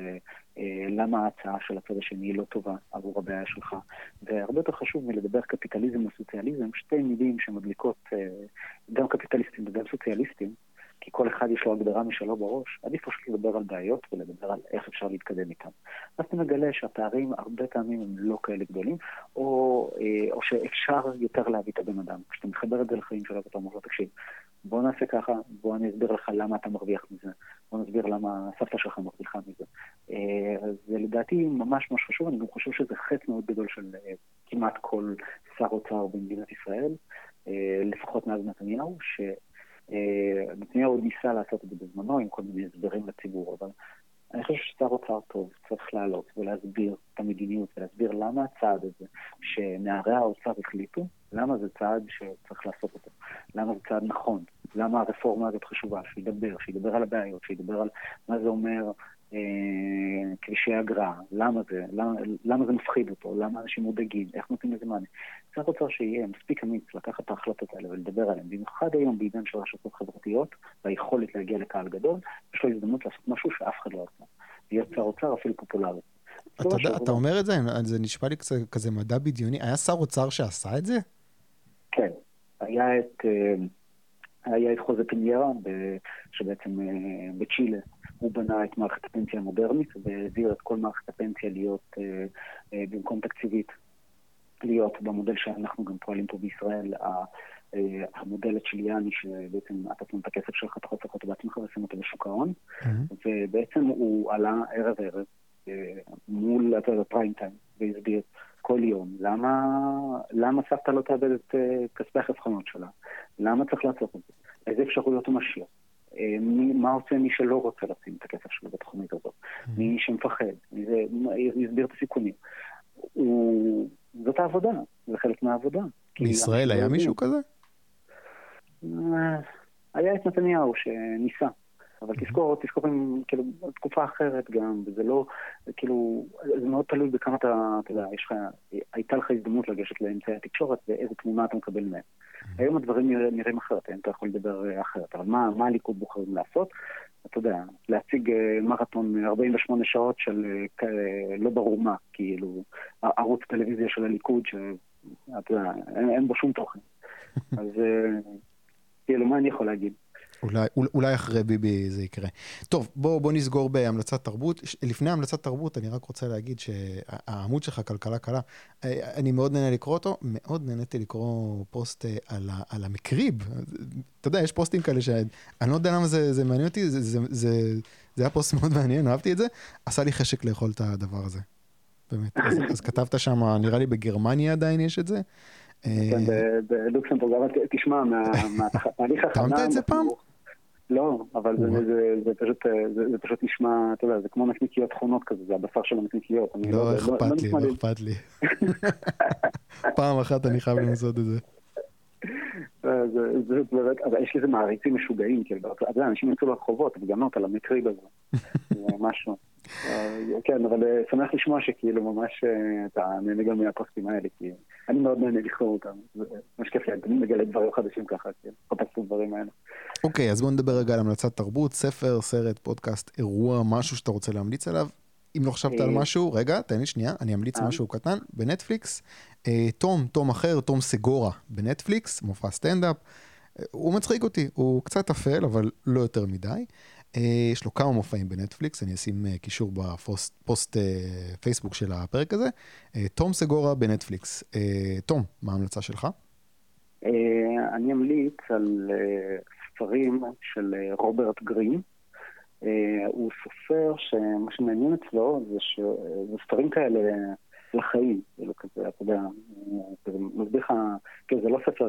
למה ההצעה של הצד השני היא לא טובה עבור הבעיה שלך. והרבה יותר חשוב מלדבר קפיטליזם וסוציאליזם, שתי מילים שמדליקות גם קפיטליסטים וגם סוציאליסטים, כי כל אחד יש לו הגדרה משלו בראש, עדיף פשוט לדבר על בעיות ולדבר על איך אפשר להתקדם איתם. אז אתה מגלה שהפערים הרבה פעמים הם לא כאלה גדולים, או שאפשר יותר להביא את הבן אדם. כשאתה מחבר את זה לחיים שלו, אתה אומר לו, תקשיב, בוא נעשה ככה, בוא אני אסביר לך למה אתה מרוויח מזה, בוא נסביר למה סבתא שלך מרוויחה מזה. זה לדעתי ממש ממש חשוב, אני גם חושב שזה חטא מאוד גדול של כמעט כל שר אוצר במדינת ישראל, לפחות מאז נתניהו, נתניהו עוד ניסה לעשות את זה בזמנו עם כל מיני הסברים לציבור, אבל אני חושב ששר אוצר טוב צריך לעלות ולהסביר את המדיניות ולהסביר למה הצעד הזה שנערי האוצר החליטו, למה זה צעד שצריך לעשות אותו, למה זה צעד נכון, למה הרפורמה הזאת חשובה, שידבר על הבעיות, שידבר על מה זה אומר כבישי אגרה, למה זה מפחיד אותו, למה אנשים מודאגים, איך נותנים לזה מענה. שר אוצר שיהיה מספיק אמיץ לקחת את ההחלטות האלה ולדבר עליהן, במיוחד היום בעידן של רשתות חברתיות והיכולת להגיע לקהל גדול, יש לו הזדמנות לעשות משהו שאף אחד לא עשה. להיות שר אוצר אפילו פופולרי. אתה יודע, אתה אומר את זה, זה נשמע לי כזה מדע בדיוני. היה שר אוצר שעשה את זה? כן. היה את חוזה פיניירה, שבעצם בצ'ילה הוא בנה את מערכת הפנסיה המודרנית, והעביר את כל מערכת הפנסיה להיות, במקום תקציבית, להיות במודל שאנחנו גם פועלים פה בישראל, המודל הצ'יליאני, שבעצם אתה תנון את הכסף שלך, אתה צריך אותו בעצמך ושים אותו בשוק ההון, ובעצם הוא עלה ערב מול הפריים טיים, והסביר כל יום, למה סבתא לא תאבד את כספי החסכונות שלה? למה צריך לעשות את זה? איזה אפשרויות הוא משאיר? מה עושה מי שלא רוצה לשים את הכסף שלו בתוכנית הזאת? מי שמפחד? יסביר את הסיכונים. זאת העבודה, זה חלק מהעבודה. בישראל היה מישהו כזה? היה את נתניהו שניסה. אבל תזכור כאילו, תקופה אחרת גם, וזה לא, כאילו, זה מאוד תלוי בכמה אתה יודע, הייתה לך הזדמנות לגשת לאמצעי התקשורת, ואיזה תמונה אתה מקבל מהם. היום הדברים נראים אחרת, אתה יכול לדבר אחרת, אבל מה הליכוד בוחרים לעשות? אתה יודע, להציג מרתון 48 שעות של לא ברור מה, כאילו, ערוץ טלוויזיה של הליכוד, שאתה יודע, אין בו שום תוכן. אז, כאילו, מה אני יכול להגיד? אולי אחרי ביבי זה יקרה. טוב, בוא נסגור בהמלצת תרבות. לפני המלצת תרבות, אני רק רוצה להגיד שהעמוד שלך, כלכלה קלה, אני מאוד נהנה לקרוא אותו, מאוד נהניתי לקרוא פוסט על המקריב. אתה יודע, יש פוסטים כאלה שאני לא יודע למה זה מעניין אותי, זה היה פוסט מאוד מעניין, אהבתי את זה, עשה לי חשק לאכול את הדבר הזה. באמת. אז כתבת שם, נראה לי בגרמניה עדיין יש את זה. כן, בלוקסמבורג, אבל תשמע, מהתהליך הכנה... טעמת את זה פעם? לא, אבל זה פשוט נשמע, אתה יודע, זה כמו נקניקיות תכונות כזה, זה הבשר של הנקניקיות. לא אכפת לי. פעם אחת אני חייב לנסות את זה. זה באמת, אבל יש לזה מעריצים משוגעים, כאילו, אתה יודע, אנשים יצאו לרחובות, וגם לא, אתה למקריב הזה. זה משהו. כן, אבל שמח לשמוע שכאילו ממש אתה נהנה גם מהפוסטים האלה, כי אני מאוד נהנה לקרוא אותם. זה ממש כיף לי, אני מגלה דברים חדשים ככה, חפש את הדברים האלה. אוקיי, אז בואו נדבר רגע על המלצת תרבות, ספר, סרט, פודקאסט, אירוע, משהו שאתה רוצה להמליץ עליו. אם לא חשבת על משהו, רגע, תן לי שנייה, אני אמליץ משהו קטן, בנטפליקס, תום אחר, תום סגורה, בנטפליקס, מופע סטנדאפ, הוא מצחיק אותי, הוא קצת אפל, אבל לא יותר מדי. יש לו כמה מופעים בנטפליקס, אני אשים קישור בפוסט פייסבוק של הפרק הזה. תום סגורה בנטפליקס. תום, מה ההמלצה שלך? אני אמליץ על ספרים של רוברט גרין. הוא סופר שמה שמעניין אצלו זה ספרים כאלה לחיים, כאילו כזה, אתה יודע, זה מסביר לך, כאילו זה לא ספר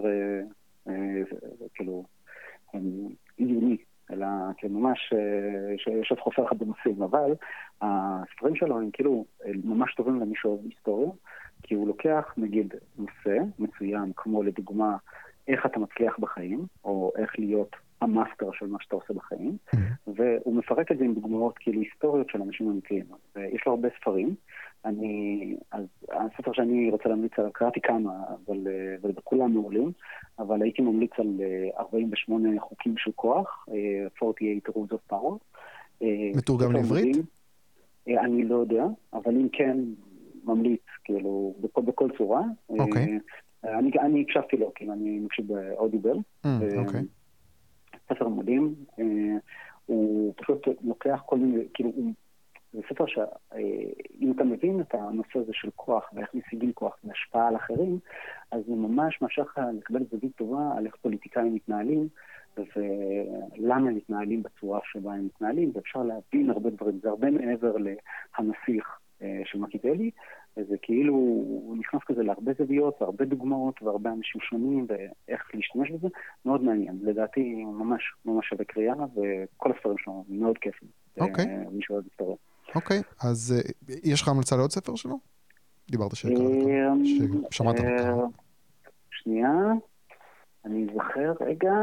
כאילו עיוני, אלא כאילו ממש שיש חופר אחד בנושאים, אבל הספרים שלו הם כאילו ממש טובים למי שאוהב היסטוריה, כי הוא לוקח נגיד נושא מסוים, כמו לדוגמה איך אתה מצליח בחיים, או איך להיות המאסטר של מה שאתה עושה בחיים, והוא מפרק את זה עם דוגמאות כאילו היסטוריות של אנשים אמיתיים. ויש לו הרבה ספרים. אז הספר שאני אני רוצה להמליץ על, קראתי כמה, אבל בכולם מעולים, אבל הייתי ממליץ על 48 חוקים של כוח, 48 Rules of Power. מתורגם לעברית? אני לא יודע, אבל אם כן, ממליץ, כאילו, בכל צורה. אוקיי. אני הקשבתי לו, כאילו, אני מקשיב באודיבל. אוקיי. ספר מדהים, הוא פשוט לוקח כל מיני, כאילו, זה ספר שאם אתה מבין את הנושא הזה של כוח, ואיך משיגים כוח והשפעה על אחרים, אז זה ממש מאפשר לך לקבל זווית טובה על איך פוליטיקאים מתנהלים, ולמה הם מתנהלים בצורה שבה הם מתנהלים, ואפשר להבין הרבה דברים. זה הרבה מעבר להנסיך של מקיאוולי, וזה כאילו, הוא נכנס כזה להרבה זוויות, והרבה דוגמאות, והרבה אנשים שונים, ואיך להשתמש בזה, מאוד מעניין. לדעתי, ממש שווה קריאה, וכל הספרים שלו מאוד כיפים. אוקיי. מי שאוהב היסטוריה. אוקיי, אז יש לך המלצה לעוד ספר שלו? דיברת ששמעת עליו. שנייה, אני זוכר רגע,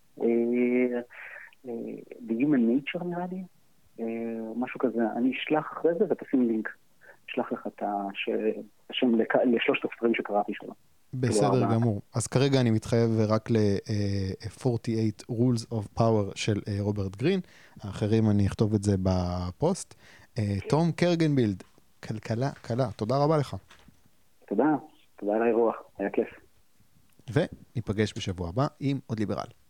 The Human Nature נראה לי, משהו כזה, אני אשלח אחרי זה ותשים לינק, אשלח לך את השם לשלושת הספרים שקראתי שלו. בסדר גמור. אז כרגע אני מתחייב רק ל-48 Rules of Power של רוברט גרין, האחרים אני אכתוב את זה בפוסט. תום קרגנבילד, כלכלה קלה, תודה רבה לך. תודה על האירוח, היה כיף. וניפגש בשבוע הבא עם עוד ליברל.